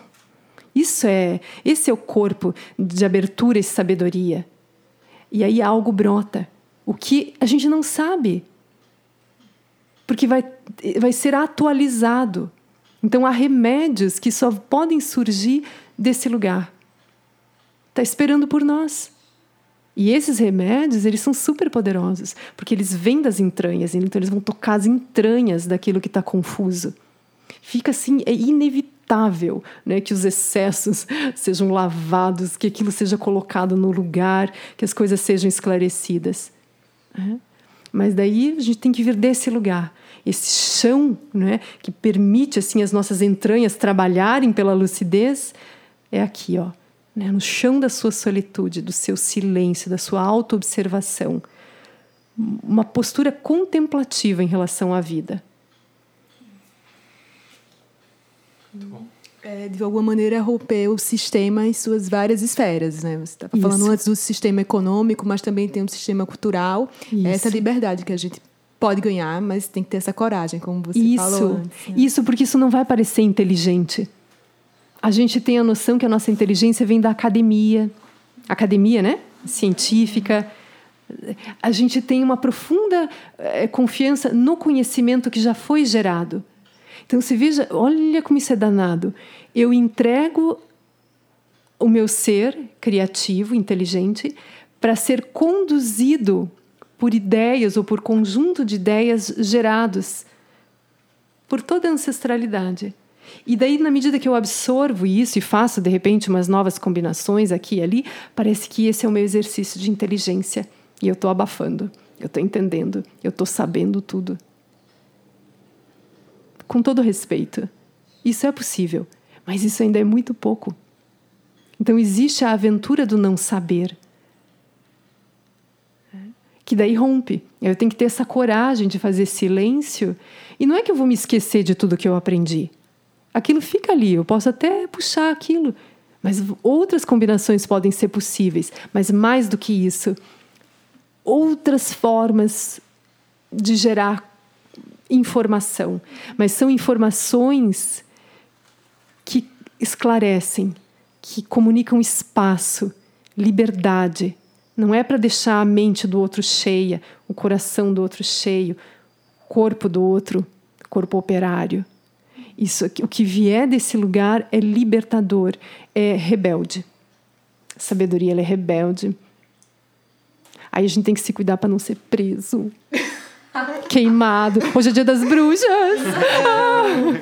Esse é o corpo de abertura e sabedoria. E aí algo brota. O que a gente não sabe. Porque vai ser atualizado. Então, há remédios que só podem surgir desse lugar. Está esperando por nós. E esses remédios, eles são super poderosos, porque eles vêm das entranhas, então eles vão tocar as entranhas daquilo que está confuso. Fica assim, é inevitável, né, que os excessos sejam lavados, que aquilo seja colocado no lugar, que as coisas sejam esclarecidas. Mas daí a gente tem que vir desse lugar, esse chão, né, que permite assim, as nossas entranhas trabalharem pela lucidez, é aqui, no chão da sua solitude, do seu silêncio, da sua autoobservação. Uma postura contemplativa em relação à vida. De alguma maneira, romper o sistema em suas várias esferas, né? Você estava falando antes do sistema econômico, mas também tem um sistema cultural. Essa liberdade que a gente pode ganhar, mas tem que ter essa coragem, como você falou antes. Né? Isso, porque isso não vai parecer inteligente. A gente tem a noção que a nossa inteligência vem da academia, né? Científica. A gente tem uma profunda confiança no conhecimento que já foi gerado. Então, se veja, olha como isso é danado. Eu entrego o meu ser criativo, inteligente, para ser conduzido por ideias ou por conjunto de ideias gerados por toda a ancestralidade. E daí, na medida que eu absorvo isso e faço, de repente, umas novas combinações aqui e ali, parece que esse é o meu exercício de inteligência. E eu estou abafando, eu estou entendendo, eu estou sabendo tudo. Com todo respeito. Isso é possível, mas isso ainda é muito pouco. Então, existe a aventura do não saber, que daí rompe. Eu tenho que ter essa coragem de fazer silêncio. E não é que eu vou me esquecer de tudo que eu aprendi. Aquilo fica ali, eu posso até puxar aquilo, mas outras combinações podem ser possíveis. Mas mais do que isso, outras formas de gerar informação. Mas são informações que esclarecem, que comunicam espaço, liberdade. Não é para deixar a mente do outro cheia, o coração do outro cheio, o corpo do outro, corpo operário. Isso, o que vier desse lugar é libertador, é rebelde. A sabedoria, ela é rebelde. Aí a gente tem que se cuidar para não ser preso, queimado. Hoje é dia das bruxas.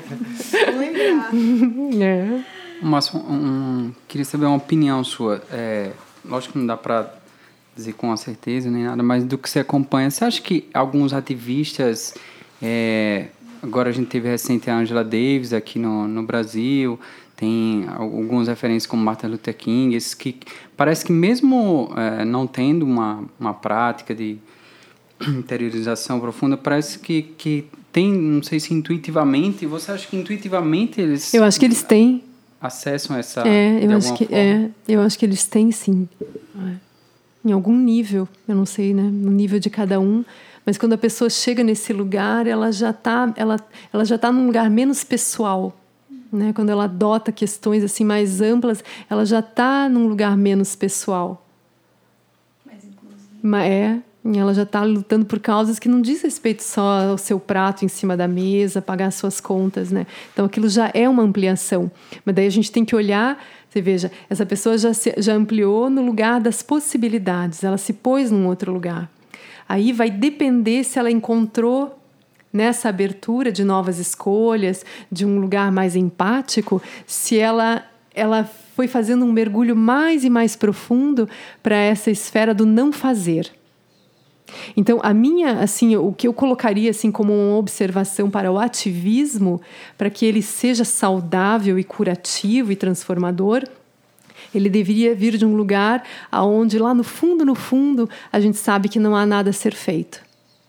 Vou lembrar. Mas queria saber uma opinião sua. Lógico que não dá para dizer com certeza nem nada, mas do que você acompanha, você acha que alguns ativistas... agora a gente teve recente a Angela Davis aqui no Brasil, tem algumas referências como Martin Luther King, esses que parece que mesmo não tendo uma prática de interiorização profunda, parece que tem, não sei se intuitivamente, você acha que intuitivamente eles... Eu acho que eles têm. Acessam essa... eu acho que eles têm, sim. Em algum nível, eu não sei, né, no nível de cada um, mas quando a pessoa chega nesse lugar, ela já está num lugar menos pessoal, né? Quando ela adota questões assim mais amplas, ela já está num lugar menos pessoal. Mais inclusive. Ela já está lutando por causas que não diz respeito só ao seu prato em cima da mesa, pagar suas contas, né? Então aquilo já é uma ampliação. Mas daí a gente tem que olhar, você veja, essa pessoa já ampliou no lugar das possibilidades, ela se pôs num outro lugar. Aí vai depender se ela encontrou nessa abertura de novas escolhas, de um lugar mais empático, se ela foi fazendo um mergulho mais e mais profundo para essa esfera do não fazer. Então, o que eu colocaria assim como uma observação para o ativismo, para que ele seja saudável e curativo e transformador, ele deveria vir de um lugar onde lá no fundo, a gente sabe que não há nada a ser feito.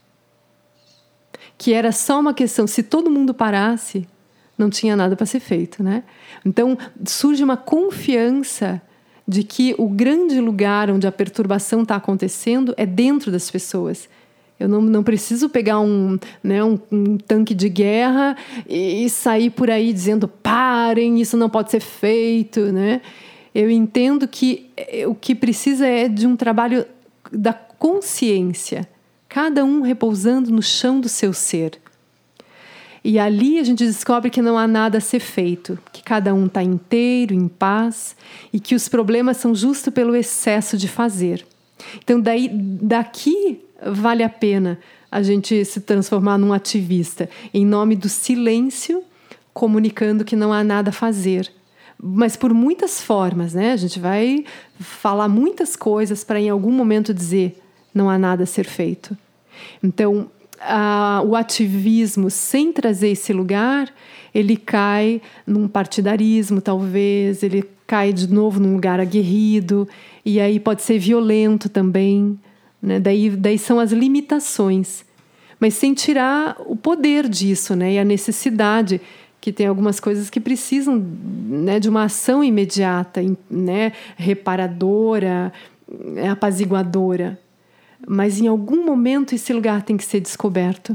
Que era só uma questão, se todo mundo parasse, não tinha nada para ser feito, né? Então, surge uma confiança de que o grande lugar onde a perturbação está acontecendo é dentro das pessoas. Eu não preciso pegar um tanque de guerra e sair por aí dizendo parem, isso não pode ser feito, né? Eu entendo que o que precisa é de um trabalho da consciência, cada um repousando no chão do seu ser. E ali a gente descobre que não há nada a ser feito, que cada um está inteiro, em paz, e que os problemas são justo pelo excesso de fazer. Então, daqui vale a pena a gente se transformar num ativista, em nome do silêncio, comunicando que não há nada a fazer. Mas por muitas formas, né? A gente vai falar muitas coisas para em algum momento dizer não há nada a ser feito. Então, o ativismo sem trazer esse lugar, ele cai num partidarismo, talvez, ele cai de novo num lugar aguerrido, e aí pode ser violento também, né? Daí são as limitações, mas sem tirar o poder disso, né? E a necessidade, que tem algumas coisas que precisam, né, de uma ação imediata, né, reparadora, apaziguadora. Mas em algum momento esse lugar tem que ser descoberto.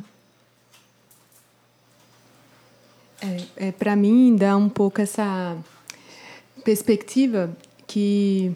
Para mim, dá um pouco essa perspectiva que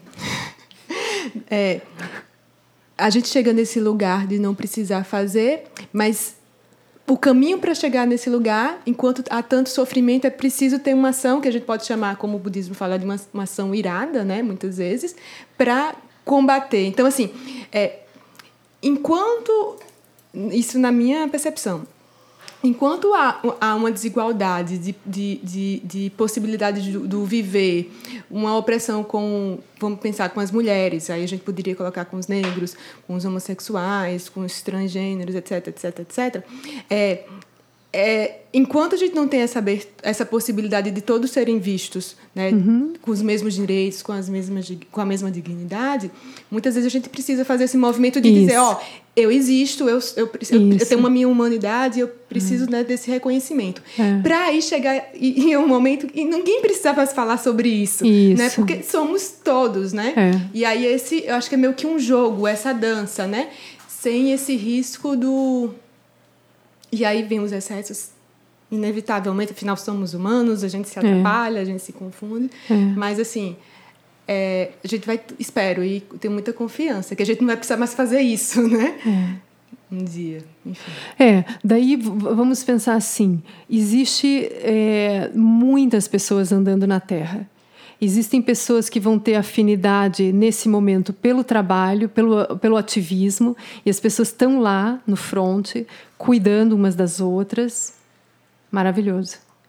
a gente chega nesse lugar de não precisar fazer, mas o caminho para chegar nesse lugar, enquanto há tanto sofrimento, é preciso ter uma ação que a gente pode chamar, como o budismo fala, de uma ação irada, né, muitas vezes, para combater. Então, assim, enquanto, isso na minha percepção, enquanto há uma desigualdade de possibilidade do viver, uma opressão vamos pensar com as mulheres, aí a gente poderia colocar com os negros, com os homossexuais, com os transgêneros, etc, etc, etc. Enquanto a gente não tem essa possibilidade de todos serem vistos, né, com os mesmos direitos, com a mesma dignidade, muitas vezes a gente precisa fazer esse movimento de dizer, eu existo, eu tenho uma minha humanidade, eu preciso, né, desse reconhecimento. Para aí chegar em um momento e ninguém precisava falar sobre isso. Né, porque somos todos, né? E aí eu acho que é meio que um jogo, essa dança, né? Sem esse risco do... E aí vem os excessos, inevitavelmente, afinal somos humanos, a gente se atrapalha, a gente se confunde, mas assim, a gente vai, espero, e tenho muita confiança, que a gente não vai precisar mais fazer isso, né? Um dia, enfim. Daí vamos pensar assim, existe muitas pessoas andando na Terra. Existem pessoas que vão ter afinidade nesse momento pelo trabalho, pelo ativismo, e as pessoas estão lá no fronte, cuidando umas das outras. Maravilhoso.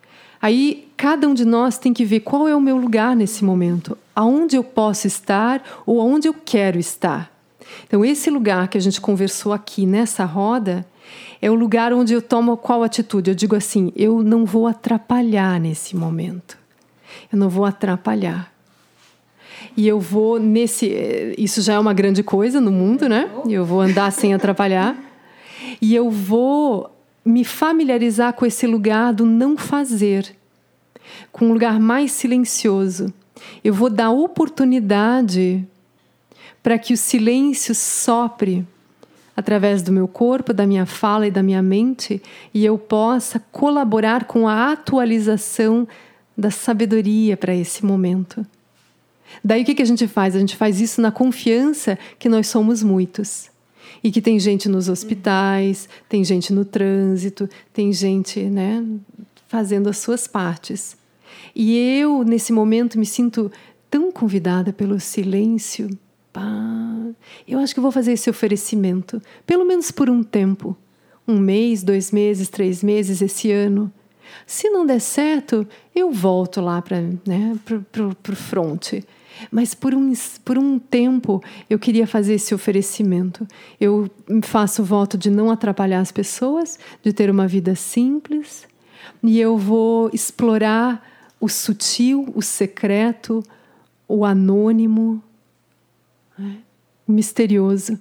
Aí, cada um de nós tem que ver qual é o meu lugar nesse momento, aonde eu posso estar ou aonde eu quero estar. Então, esse lugar que a gente conversou aqui nessa roda é o lugar onde eu tomo qual atitude? Eu digo assim, eu não vou atrapalhar nesse momento. Eu não vou atrapalhar. E eu vou isso já é uma grande coisa no mundo, né? Eu vou andar sem atrapalhar. E eu vou me familiarizar com esse lugar do não fazer, com um lugar mais silencioso. Eu vou dar oportunidade para que o silêncio sopre através do meu corpo, da minha fala e da minha mente, e eu possa colaborar com a atualização da sabedoria para esse momento. Daí o que a gente faz? A gente faz isso na confiança que nós somos muitos. E que tem gente nos hospitais, tem gente no trânsito, tem gente, né, fazendo as suas partes. E eu, nesse momento, me sinto tão convidada pelo silêncio. Eu acho que eu vou fazer esse oferecimento, pelo menos por um tempo. 1 mês, 2 meses, 3 meses, esse ano. Se não der certo, eu volto lá para, né, pro fronte. Mas por um tempo eu queria fazer esse oferecimento. Eu faço o voto de não atrapalhar as pessoas, de ter uma vida simples, e eu vou explorar o sutil, o secreto, o anônimo, né? O misterioso.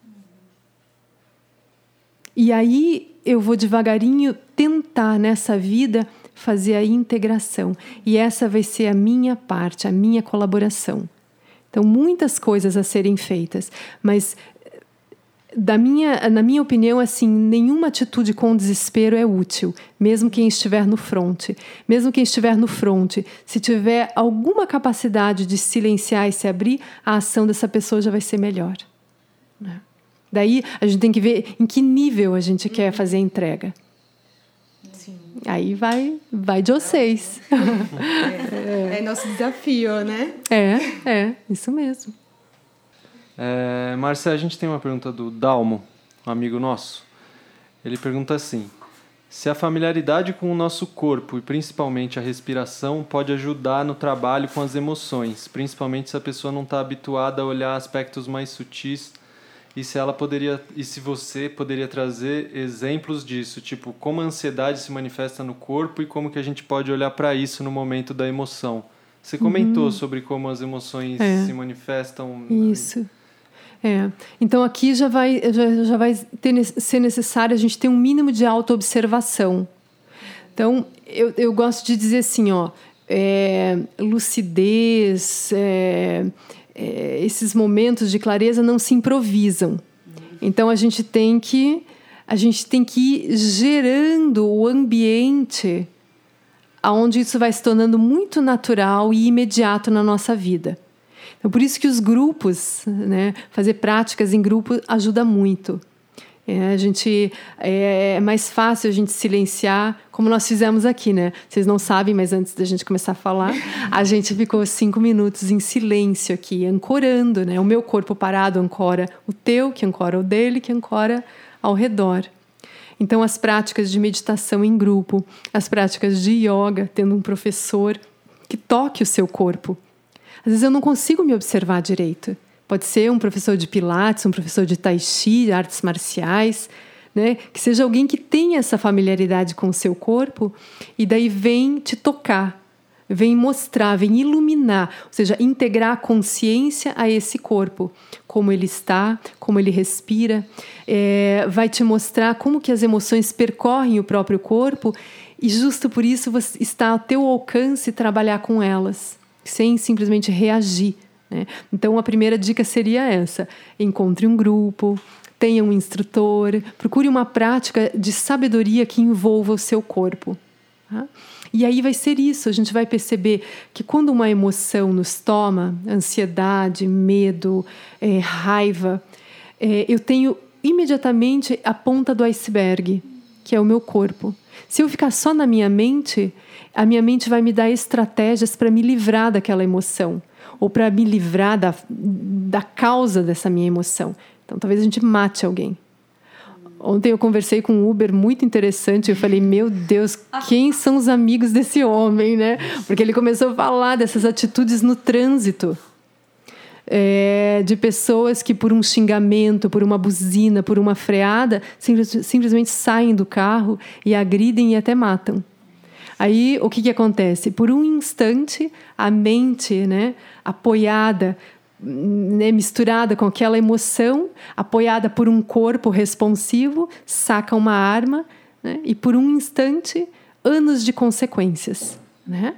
E aí eu vou devagarinho tentar nessa vida fazer a integração. E essa vai ser a minha parte, a minha colaboração. Então, muitas coisas a serem feitas, mas na minha opinião, assim, nenhuma atitude com desespero é útil, mesmo quem estiver no fronte. Mesmo quem estiver no fronte, se tiver alguma capacidade de silenciar e se abrir, a ação dessa pessoa já vai ser melhor. Né? Daí, a gente tem que ver em que nível a gente quer fazer a entrega. Aí vai de vocês. É nosso desafio, né? Isso mesmo. Márcia, a gente tem uma pergunta do Dalmo, um amigo nosso. Ele pergunta assim: se a familiaridade com o nosso corpo e principalmente a respiração pode ajudar no trabalho com as emoções, principalmente se a pessoa não está habituada a olhar aspectos mais sutis, e se você poderia trazer exemplos disso, tipo como a ansiedade se manifesta no corpo e como que a gente pode olhar para isso no momento da emoção. Você comentou sobre como as emoções se manifestam. Isso. Então aqui já vai ser necessário a gente ter um mínimo de autoobservação. Então eu gosto de dizer assim, lucidez, esses momentos de clareza não se improvisam. Então a gente tem que ir gerando o ambiente onde isso vai se tornando muito natural e imediato na nossa vida. Então, por isso que os grupos, né, fazer práticas em grupo ajuda muito. É mais fácil a gente silenciar, como nós fizemos aqui, né? Vocês não sabem, mas antes da gente começar a falar, a gente ficou 5 minutos em silêncio aqui, ancorando, né? O meu corpo parado ancora o teu, que ancora o dele, que ancora ao redor. Então, as práticas de meditação em grupo, as práticas de yoga, tendo um professor que toque o seu corpo. Às vezes eu não consigo me observar direito. Pode ser um professor de pilates, um professor de tai chi, artes marciais, né? Que seja alguém que tenha essa familiaridade com o seu corpo e daí vem te tocar, vem mostrar, vem iluminar, ou seja, integrar a consciência a esse corpo, como ele está, como ele respira, vai te mostrar como que as emoções percorrem o próprio corpo e justo por isso está ao teu alcance trabalhar com elas, sem simplesmente reagir. Né? Então, a primeira dica seria essa: encontre um grupo, tenha um instrutor, procure uma prática de sabedoria que envolva o seu corpo. Tá? E aí vai ser isso, a gente vai perceber que quando uma emoção nos toma, ansiedade, medo, raiva, eu tenho imediatamente a ponta do iceberg, que é o meu corpo. Se eu ficar só na minha mente, a minha mente vai me dar estratégias para me livrar daquela emoção, ou para me livrar da causa dessa minha emoção. Então, talvez a gente mate alguém. Ontem eu conversei com um Uber muito interessante. Eu falei, meu Deus, quem são os amigos desse homem, né? Porque ele começou a falar dessas atitudes no trânsito. De pessoas que por um xingamento, por uma buzina, por uma freada, simplesmente saem do carro e agridem e até matam. Aí, o que acontece? Por um instante, a mente, né, apoiada, né, misturada com aquela emoção, apoiada por um corpo responsivo, saca uma arma, né, e por um instante, anos de consequências, né?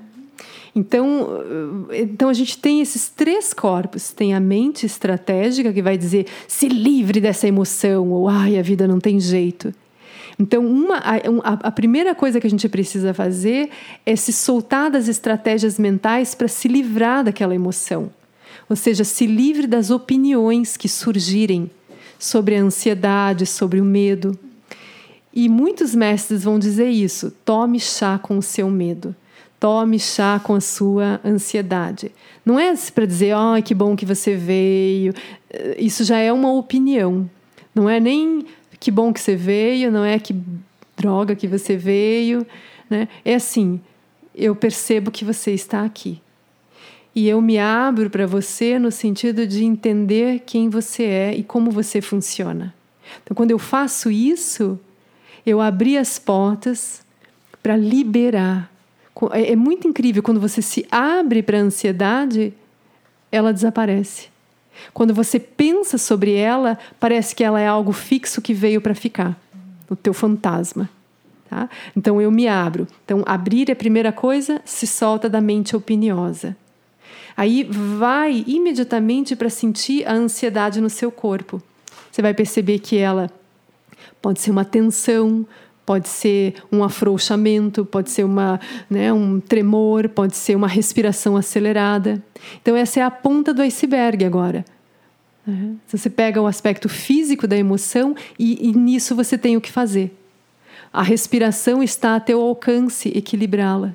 Então a gente tem esses 3 corpos. Tem a mente estratégica, que vai dizer, se livre dessa emoção, ou ai, a vida não tem jeito. Então, a primeira coisa que a gente precisa fazer é se soltar das estratégias mentais para se livrar daquela emoção. Ou seja, se livre das opiniões que surgirem sobre a ansiedade, sobre o medo. E muitos mestres vão dizer isso: tome chá com o seu medo. Tome chá com a sua ansiedade. Não é para dizer, ai, que bom que você veio. Isso já é uma opinião. Não é nem que bom que você veio, não é que droga que você veio, né? É assim, eu percebo que você está aqui. E eu me abro para você no sentido de entender quem você é e como você funciona. Então, quando eu faço isso, eu abri as portas para liberar. É muito incrível, quando você se abre para a ansiedade, ela desaparece. Quando você pensa sobre ela, parece que ela é algo fixo que veio para ficar, o teu fantasma. Tá? Então, eu me abro. Então, abrir é a primeira coisa, se solta da mente opiniosa. Aí, vai imediatamente para sentir a ansiedade no seu corpo. Você vai perceber que ela pode ser uma tensão, pode ser um afrouxamento, pode ser um tremor, pode ser uma respiração acelerada. Então, essa é a ponta do iceberg agora. Você pega o aspecto físico da emoção e nisso você tem o que fazer. A respiração está a teu alcance, equilibrá-la.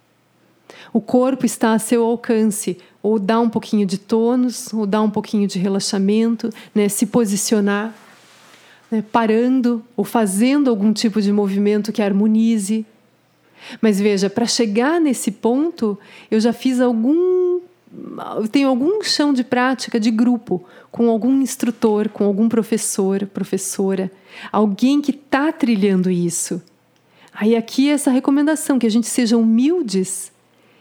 O corpo está a seu alcance, ou dar um pouquinho de tônus, ou dar um pouquinho de relaxamento, né? Se posicionar, né? Parando ou fazendo algum tipo de movimento que harmonize. Mas veja, para chegar nesse ponto, eu já fiz eu tenho algum chão de prática de grupo, com algum instrutor, com algum professor, professora, alguém que está trilhando isso. Aí aqui essa recomendação, que a gente seja humildes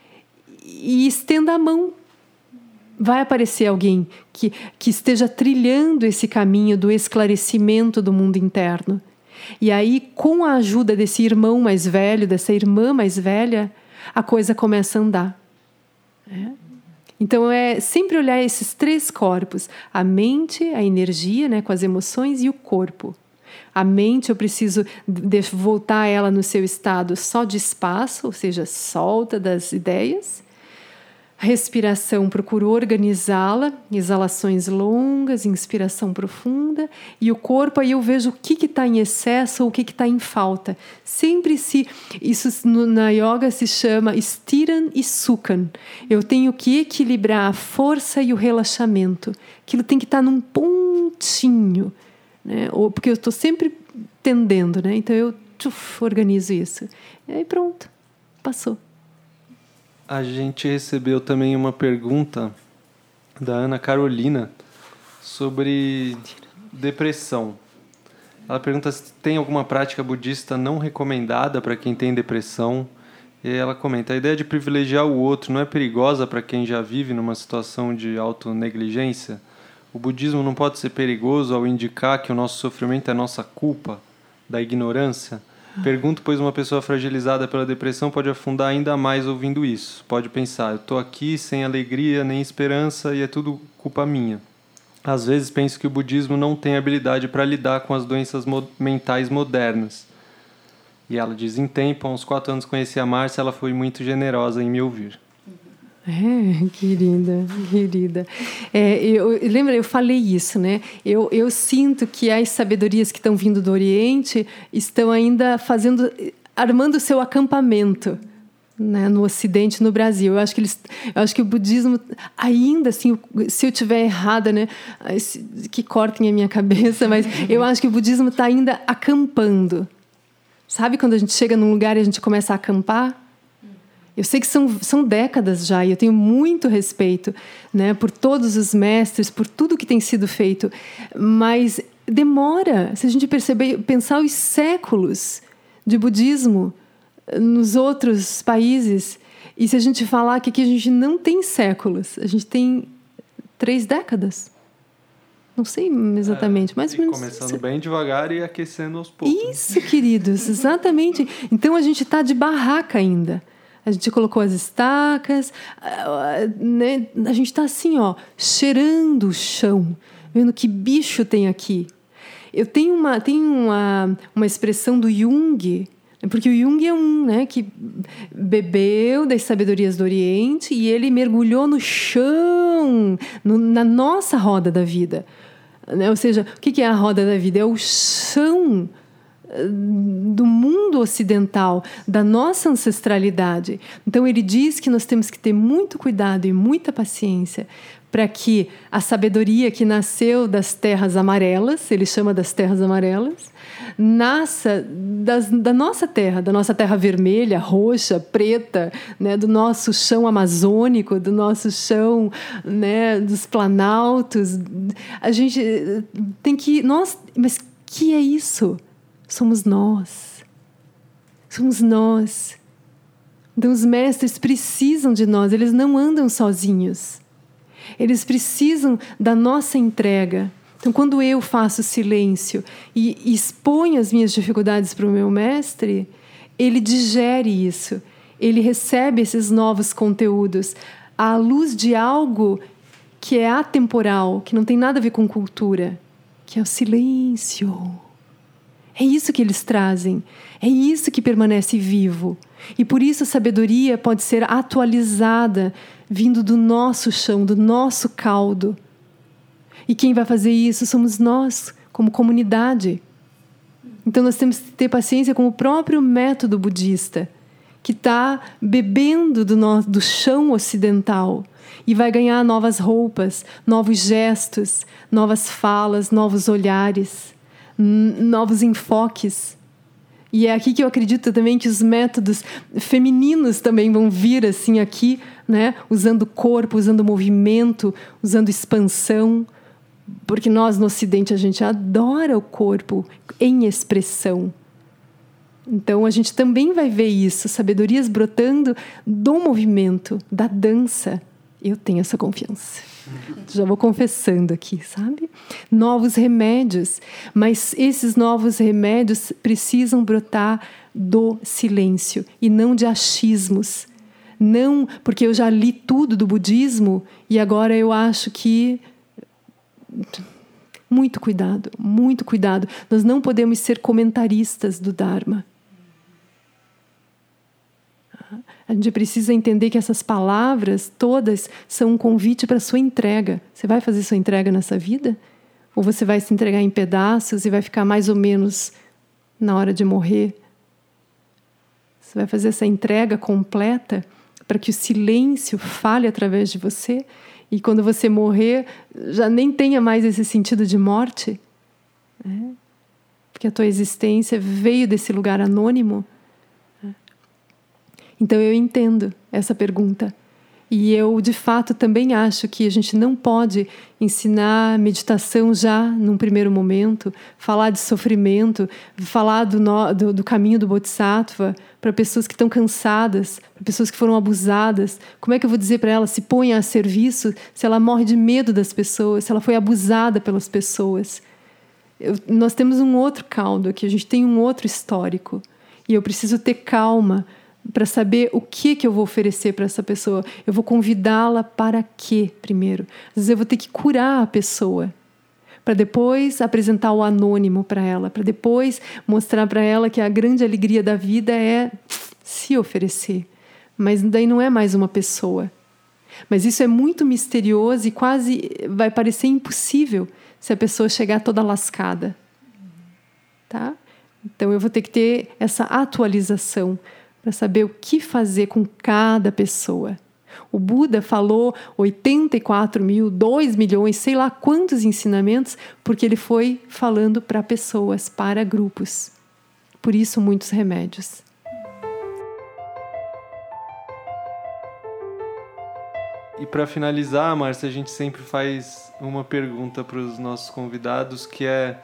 e estenda a mão. Vai aparecer alguém que esteja trilhando esse caminho do esclarecimento do mundo interno. E aí, com a ajuda desse irmão mais velho, dessa irmã mais velha, a coisa começa a andar. Então, é sempre olhar esses 3 corpos. A mente, a energia, né, com as emoções, e o corpo. A mente, eu preciso voltar ela no seu estado só de espaço, ou seja, solta das ideias. A respiração, procuro organizá-la, exalações longas, inspiração profunda, e o corpo, aí eu vejo o que está em excesso ou o que está em falta. Sempre isso na yoga se chama Stiran e Sukhan. Eu tenho que equilibrar a força e o relaxamento. Aquilo tem que estar num pontinho, né? Porque eu estou sempre tendendo, né? Então eu organizo isso. E aí pronto, passou. A gente recebeu também uma pergunta da Ana Carolina sobre depressão. Ela pergunta se tem alguma prática budista não recomendada para quem tem depressão. E ela comenta: a ideia de privilegiar o outro não é perigosa para quem já vive numa situação de autonegligência? O budismo não pode ser perigoso ao indicar que o nosso sofrimento é nossa culpa, da ignorância? Pergunto, pois uma pessoa fragilizada pela depressão pode afundar ainda mais ouvindo isso. Pode pensar, eu estou aqui sem alegria nem esperança e é tudo culpa minha. Às vezes penso que o budismo não tem habilidade para lidar com as doenças mentais modernas. E ela diz, em tempo, há uns 4 anos conheci a Márcia, ela foi muito generosa em me ouvir. Querida. Eu falei isso, né? Eu sinto que as sabedorias que estão vindo do Oriente estão ainda armando o seu acampamento, né, no Ocidente, no Brasil. Eu acho que o budismo ainda, assim, se eu estiver errada, né, que cortem a minha cabeça, mas eu acho que o budismo está ainda acampando. Sabe quando a gente chega num lugar e a gente começa a acampar? Eu sei que são décadas já, e eu tenho muito respeito, né, por todos os mestres, por tudo que tem sido feito, mas demora, se a gente pensar os séculos de budismo nos outros países, e se a gente falar que aqui a gente não tem séculos, a gente tem 3 décadas. Não sei exatamente, mais ou menos. Começando bem devagar e aquecendo aos poucos. Isso, queridos, exatamente. Então a gente está de barraca ainda. A gente colocou as estacas, né? A gente está assim, ó, cheirando o chão, vendo que bicho tem aqui. Eu tenho uma expressão do Jung, porque o Jung é né, que bebeu das sabedorias do Oriente e ele mergulhou no chão, na nossa roda da vida. Né? Ou seja, o que é a roda da vida? É o chão do mundo ocidental, da nossa ancestralidade. Então ele diz que nós temos que ter muito cuidado e muita paciência para que a sabedoria que nasceu das terras amarelas, ele chama das terras amarelas, nasça da nossa terra vermelha, roxa, preta, né, do nosso chão amazônico, do nosso chão, né, dos planaltos. A gente tem que... Mas que é isso? Somos nós. Somos nós. Então, os mestres precisam de nós, eles não andam sozinhos. Eles precisam da nossa entrega. Então, quando eu faço silêncio e exponho as minhas dificuldades para o meu mestre, ele digere isso, ele recebe esses novos conteúdos à luz de algo que é atemporal, que não tem nada a ver com cultura, que é o silêncio. É isso que eles trazem, é isso que permanece vivo. E por isso a sabedoria pode ser atualizada, vindo do nosso chão, do nosso caldo. E quem vai fazer isso somos nós, como comunidade. Então nós temos que ter paciência com o próprio método budista, que está bebendo do chão ocidental e vai ganhar novas roupas, novos gestos, novas falas, novos olhares, novos enfoques. E é aqui que eu acredito também que os métodos femininos também vão vir assim aqui, né? Usando o corpo, usando o movimento, usando expansão. Porque nós, no Ocidente, a gente adora o corpo em expressão. Então, a gente também vai ver isso, sabedorias brotando do movimento, da dança. Eu tenho essa confiança. Já vou confessando aqui, sabe? Novos remédios. Mas esses novos remédios precisam brotar do silêncio e não de achismos. Não porque eu já li tudo do budismo e agora eu acho que... Muito cuidado, muito cuidado. Nós não podemos ser comentaristas do Dharma. A gente precisa entender que essas palavras todas são um convite para a sua entrega. Você vai fazer sua entrega nessa vida? Ou você vai se entregar em pedaços e vai ficar mais ou menos na hora de morrer? Você vai fazer essa entrega completa para que o silêncio fale através de você e quando você morrer já nem tenha mais esse sentido de morte? Né? Porque a tua existência veio desse lugar anônimo. Então, eu entendo essa pergunta. E eu, de fato, também acho que a gente não pode ensinar meditação já num primeiro momento, falar de sofrimento, falar do caminho do Bodhisattva para pessoas que estão cansadas, para pessoas que foram abusadas. Como é que eu vou dizer para ela se ponha a serviço se ela morre de medo das pessoas, se ela foi abusada pelas pessoas? Nós temos um outro caldo aqui, a gente tem um outro histórico. E eu preciso ter calma para saber o que eu vou oferecer para essa pessoa. Eu vou convidá-la para quê primeiro? Às vezes eu vou ter que curar a pessoa, para depois apresentar o anônimo para ela, para depois mostrar para ela que a grande alegria da vida é se oferecer. Mas daí não é mais uma pessoa. Mas isso é muito misterioso e quase vai parecer impossível se a pessoa chegar toda lascada. Tá? Então eu vou ter que ter essa atualização para saber o que fazer com cada pessoa. O Buda falou 84 mil, 2 milhões, sei lá quantos ensinamentos, porque ele foi falando para pessoas, para grupos. Por isso, muitos remédios. E para finalizar, Márcia, a gente sempre faz uma pergunta para os nossos convidados, que é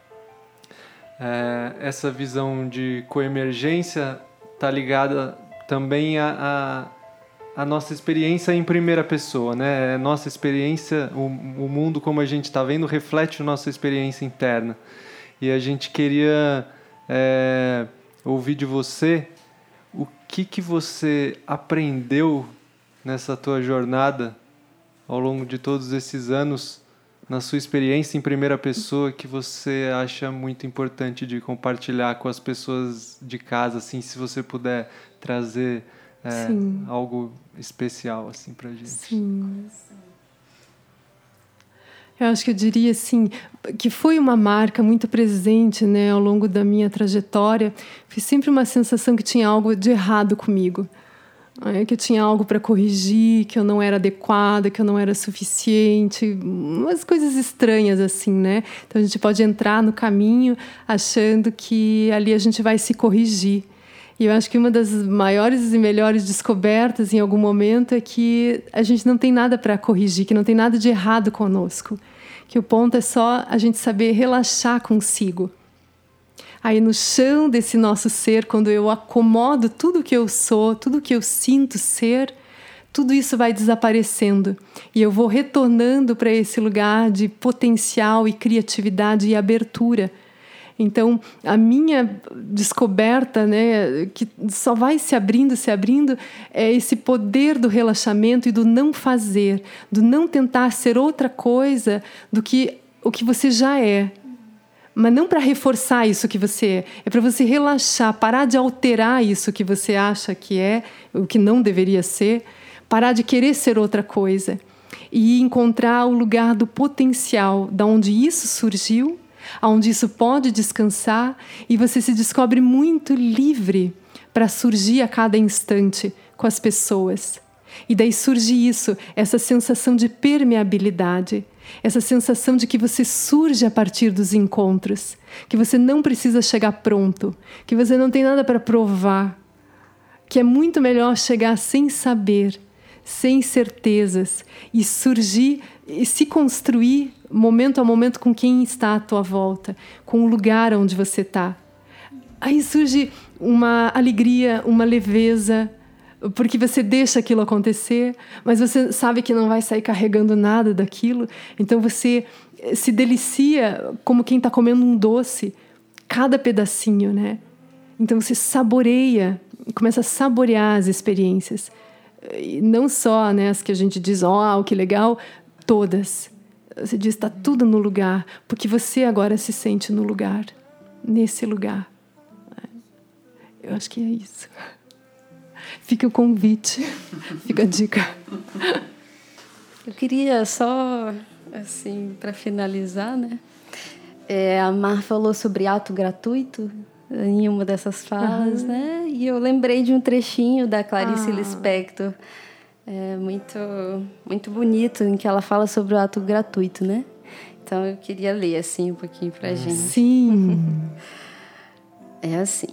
essa visão de coemergência está ligada também a nossa experiência em primeira pessoa, né? Nossa experiência, o mundo como a gente está vendo, reflete a nossa experiência interna. E a gente queria ouvir de você o que você aprendeu nessa tua jornada ao longo de todos esses anos, na sua experiência em primeira pessoa, que você acha muito importante de compartilhar com as pessoas de casa, assim, se você puder trazer algo especial assim pra gente. Sim. Eu acho que eu diria assim, que foi uma marca muito presente, né, ao longo da minha trajetória. Fiz sempre uma sensação que tinha algo de errado comigo, que eu tinha algo para corrigir, que eu não era adequada, que eu não era suficiente, umas coisas estranhas assim, né? Então a gente pode entrar no caminho achando que ali a gente vai se corrigir. E eu acho que uma das maiores e melhores descobertas em algum momento é que a gente não tem nada para corrigir, que não tem nada de errado conosco, que o ponto é só a gente saber relaxar consigo. Aí no chão desse nosso ser, quando eu acomodo tudo que eu sou, tudo que eu sinto ser, tudo isso vai desaparecendo. E eu vou retornando para esse lugar de potencial e criatividade e abertura. Então, a minha descoberta, né, que só vai se abrindo, é esse poder do relaxamento e do não fazer, do não tentar ser outra coisa do que o que você já é. Mas não para reforçar isso que você é para você relaxar, parar de alterar isso que você acha que é, o que não deveria ser, parar de querer ser outra coisa e encontrar o lugar do potencial, da onde isso surgiu, aonde isso pode descansar, e você se descobre muito livre para surgir a cada instante com as pessoas. E daí surge isso, essa sensação de permeabilidade, essa sensação de que você surge a partir dos encontros, que você não precisa chegar pronto, que você não tem nada para provar, que é muito melhor chegar sem saber, sem certezas, e surgir e se construir momento a momento com quem está à tua volta, com o lugar onde você está. Aí surge uma alegria, uma leveza, porque você deixa aquilo acontecer, mas você sabe que não vai sair carregando nada daquilo, então você se delicia como quem está comendo um doce, cada pedacinho, né? Então você saboreia, começa a saborear as experiências, e não só, né, as que a gente diz, que legal, todas. Você diz, está tudo no lugar, porque você agora se sente no lugar, nesse lugar. Eu acho que é isso. Fica o convite, fica a dica. Eu queria só, assim, para finalizar, né? A Mar falou sobre ato gratuito em uma dessas falas, né? E eu lembrei de um trechinho da Clarice Lispector, muito, muito bonito, em que ela fala sobre o ato gratuito, né? Então eu queria ler assim um pouquinho pra gente. Sim. É assim.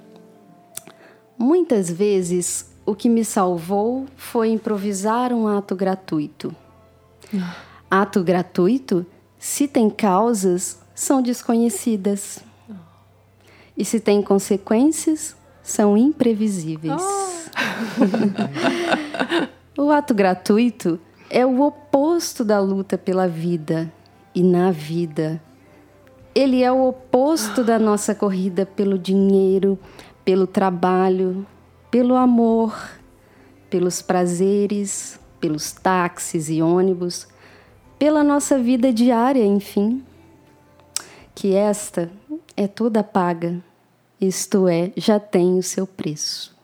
Muitas vezes o que me salvou foi improvisar um ato gratuito. Ato gratuito, se tem causas, são desconhecidas. E se tem consequências, são imprevisíveis. O ato gratuito é o oposto da luta pela vida e na vida. Ele é o oposto da nossa corrida pelo dinheiro, pelo trabalho, pelo amor, pelos prazeres, pelos táxis e ônibus, pela nossa vida diária, enfim. Que esta é toda paga, isto é, já tem o seu preço.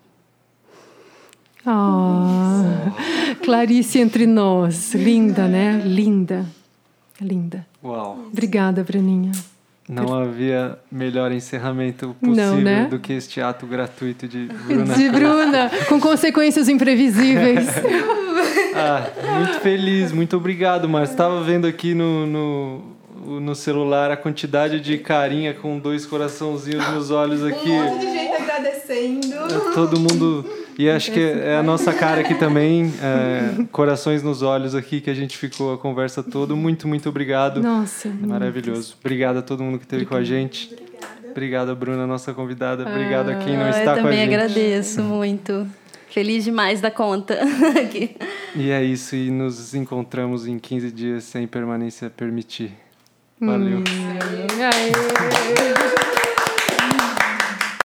Clarice entre nós. Linda, né? Linda. Linda. Uau. Obrigada, Breninha. Não havia melhor encerramento possível, Não, né? do que este ato gratuito de Bruna. De Bruna, com consequências imprevisíveis. Muito feliz, muito obrigado, Márcio. Estava vendo aqui no celular a quantidade de carinha com 2 coraçãozinhos nos olhos aqui. Um monte de gente agradecendo. Todo mundo... E acho que é a nossa cara aqui também, corações nos olhos aqui, que a gente ficou a conversa toda. Muito, muito obrigado. Nossa. Maravilhoso. Obrigado a todo mundo que esteve com a gente. Obrigada, Bruna, nossa convidada. Obrigado a quem não está com a gente. Eu também agradeço muito. Feliz demais da conta aqui. E é isso, e nos encontramos em 15 dias, sem permanência permitir. Valeu. Aê.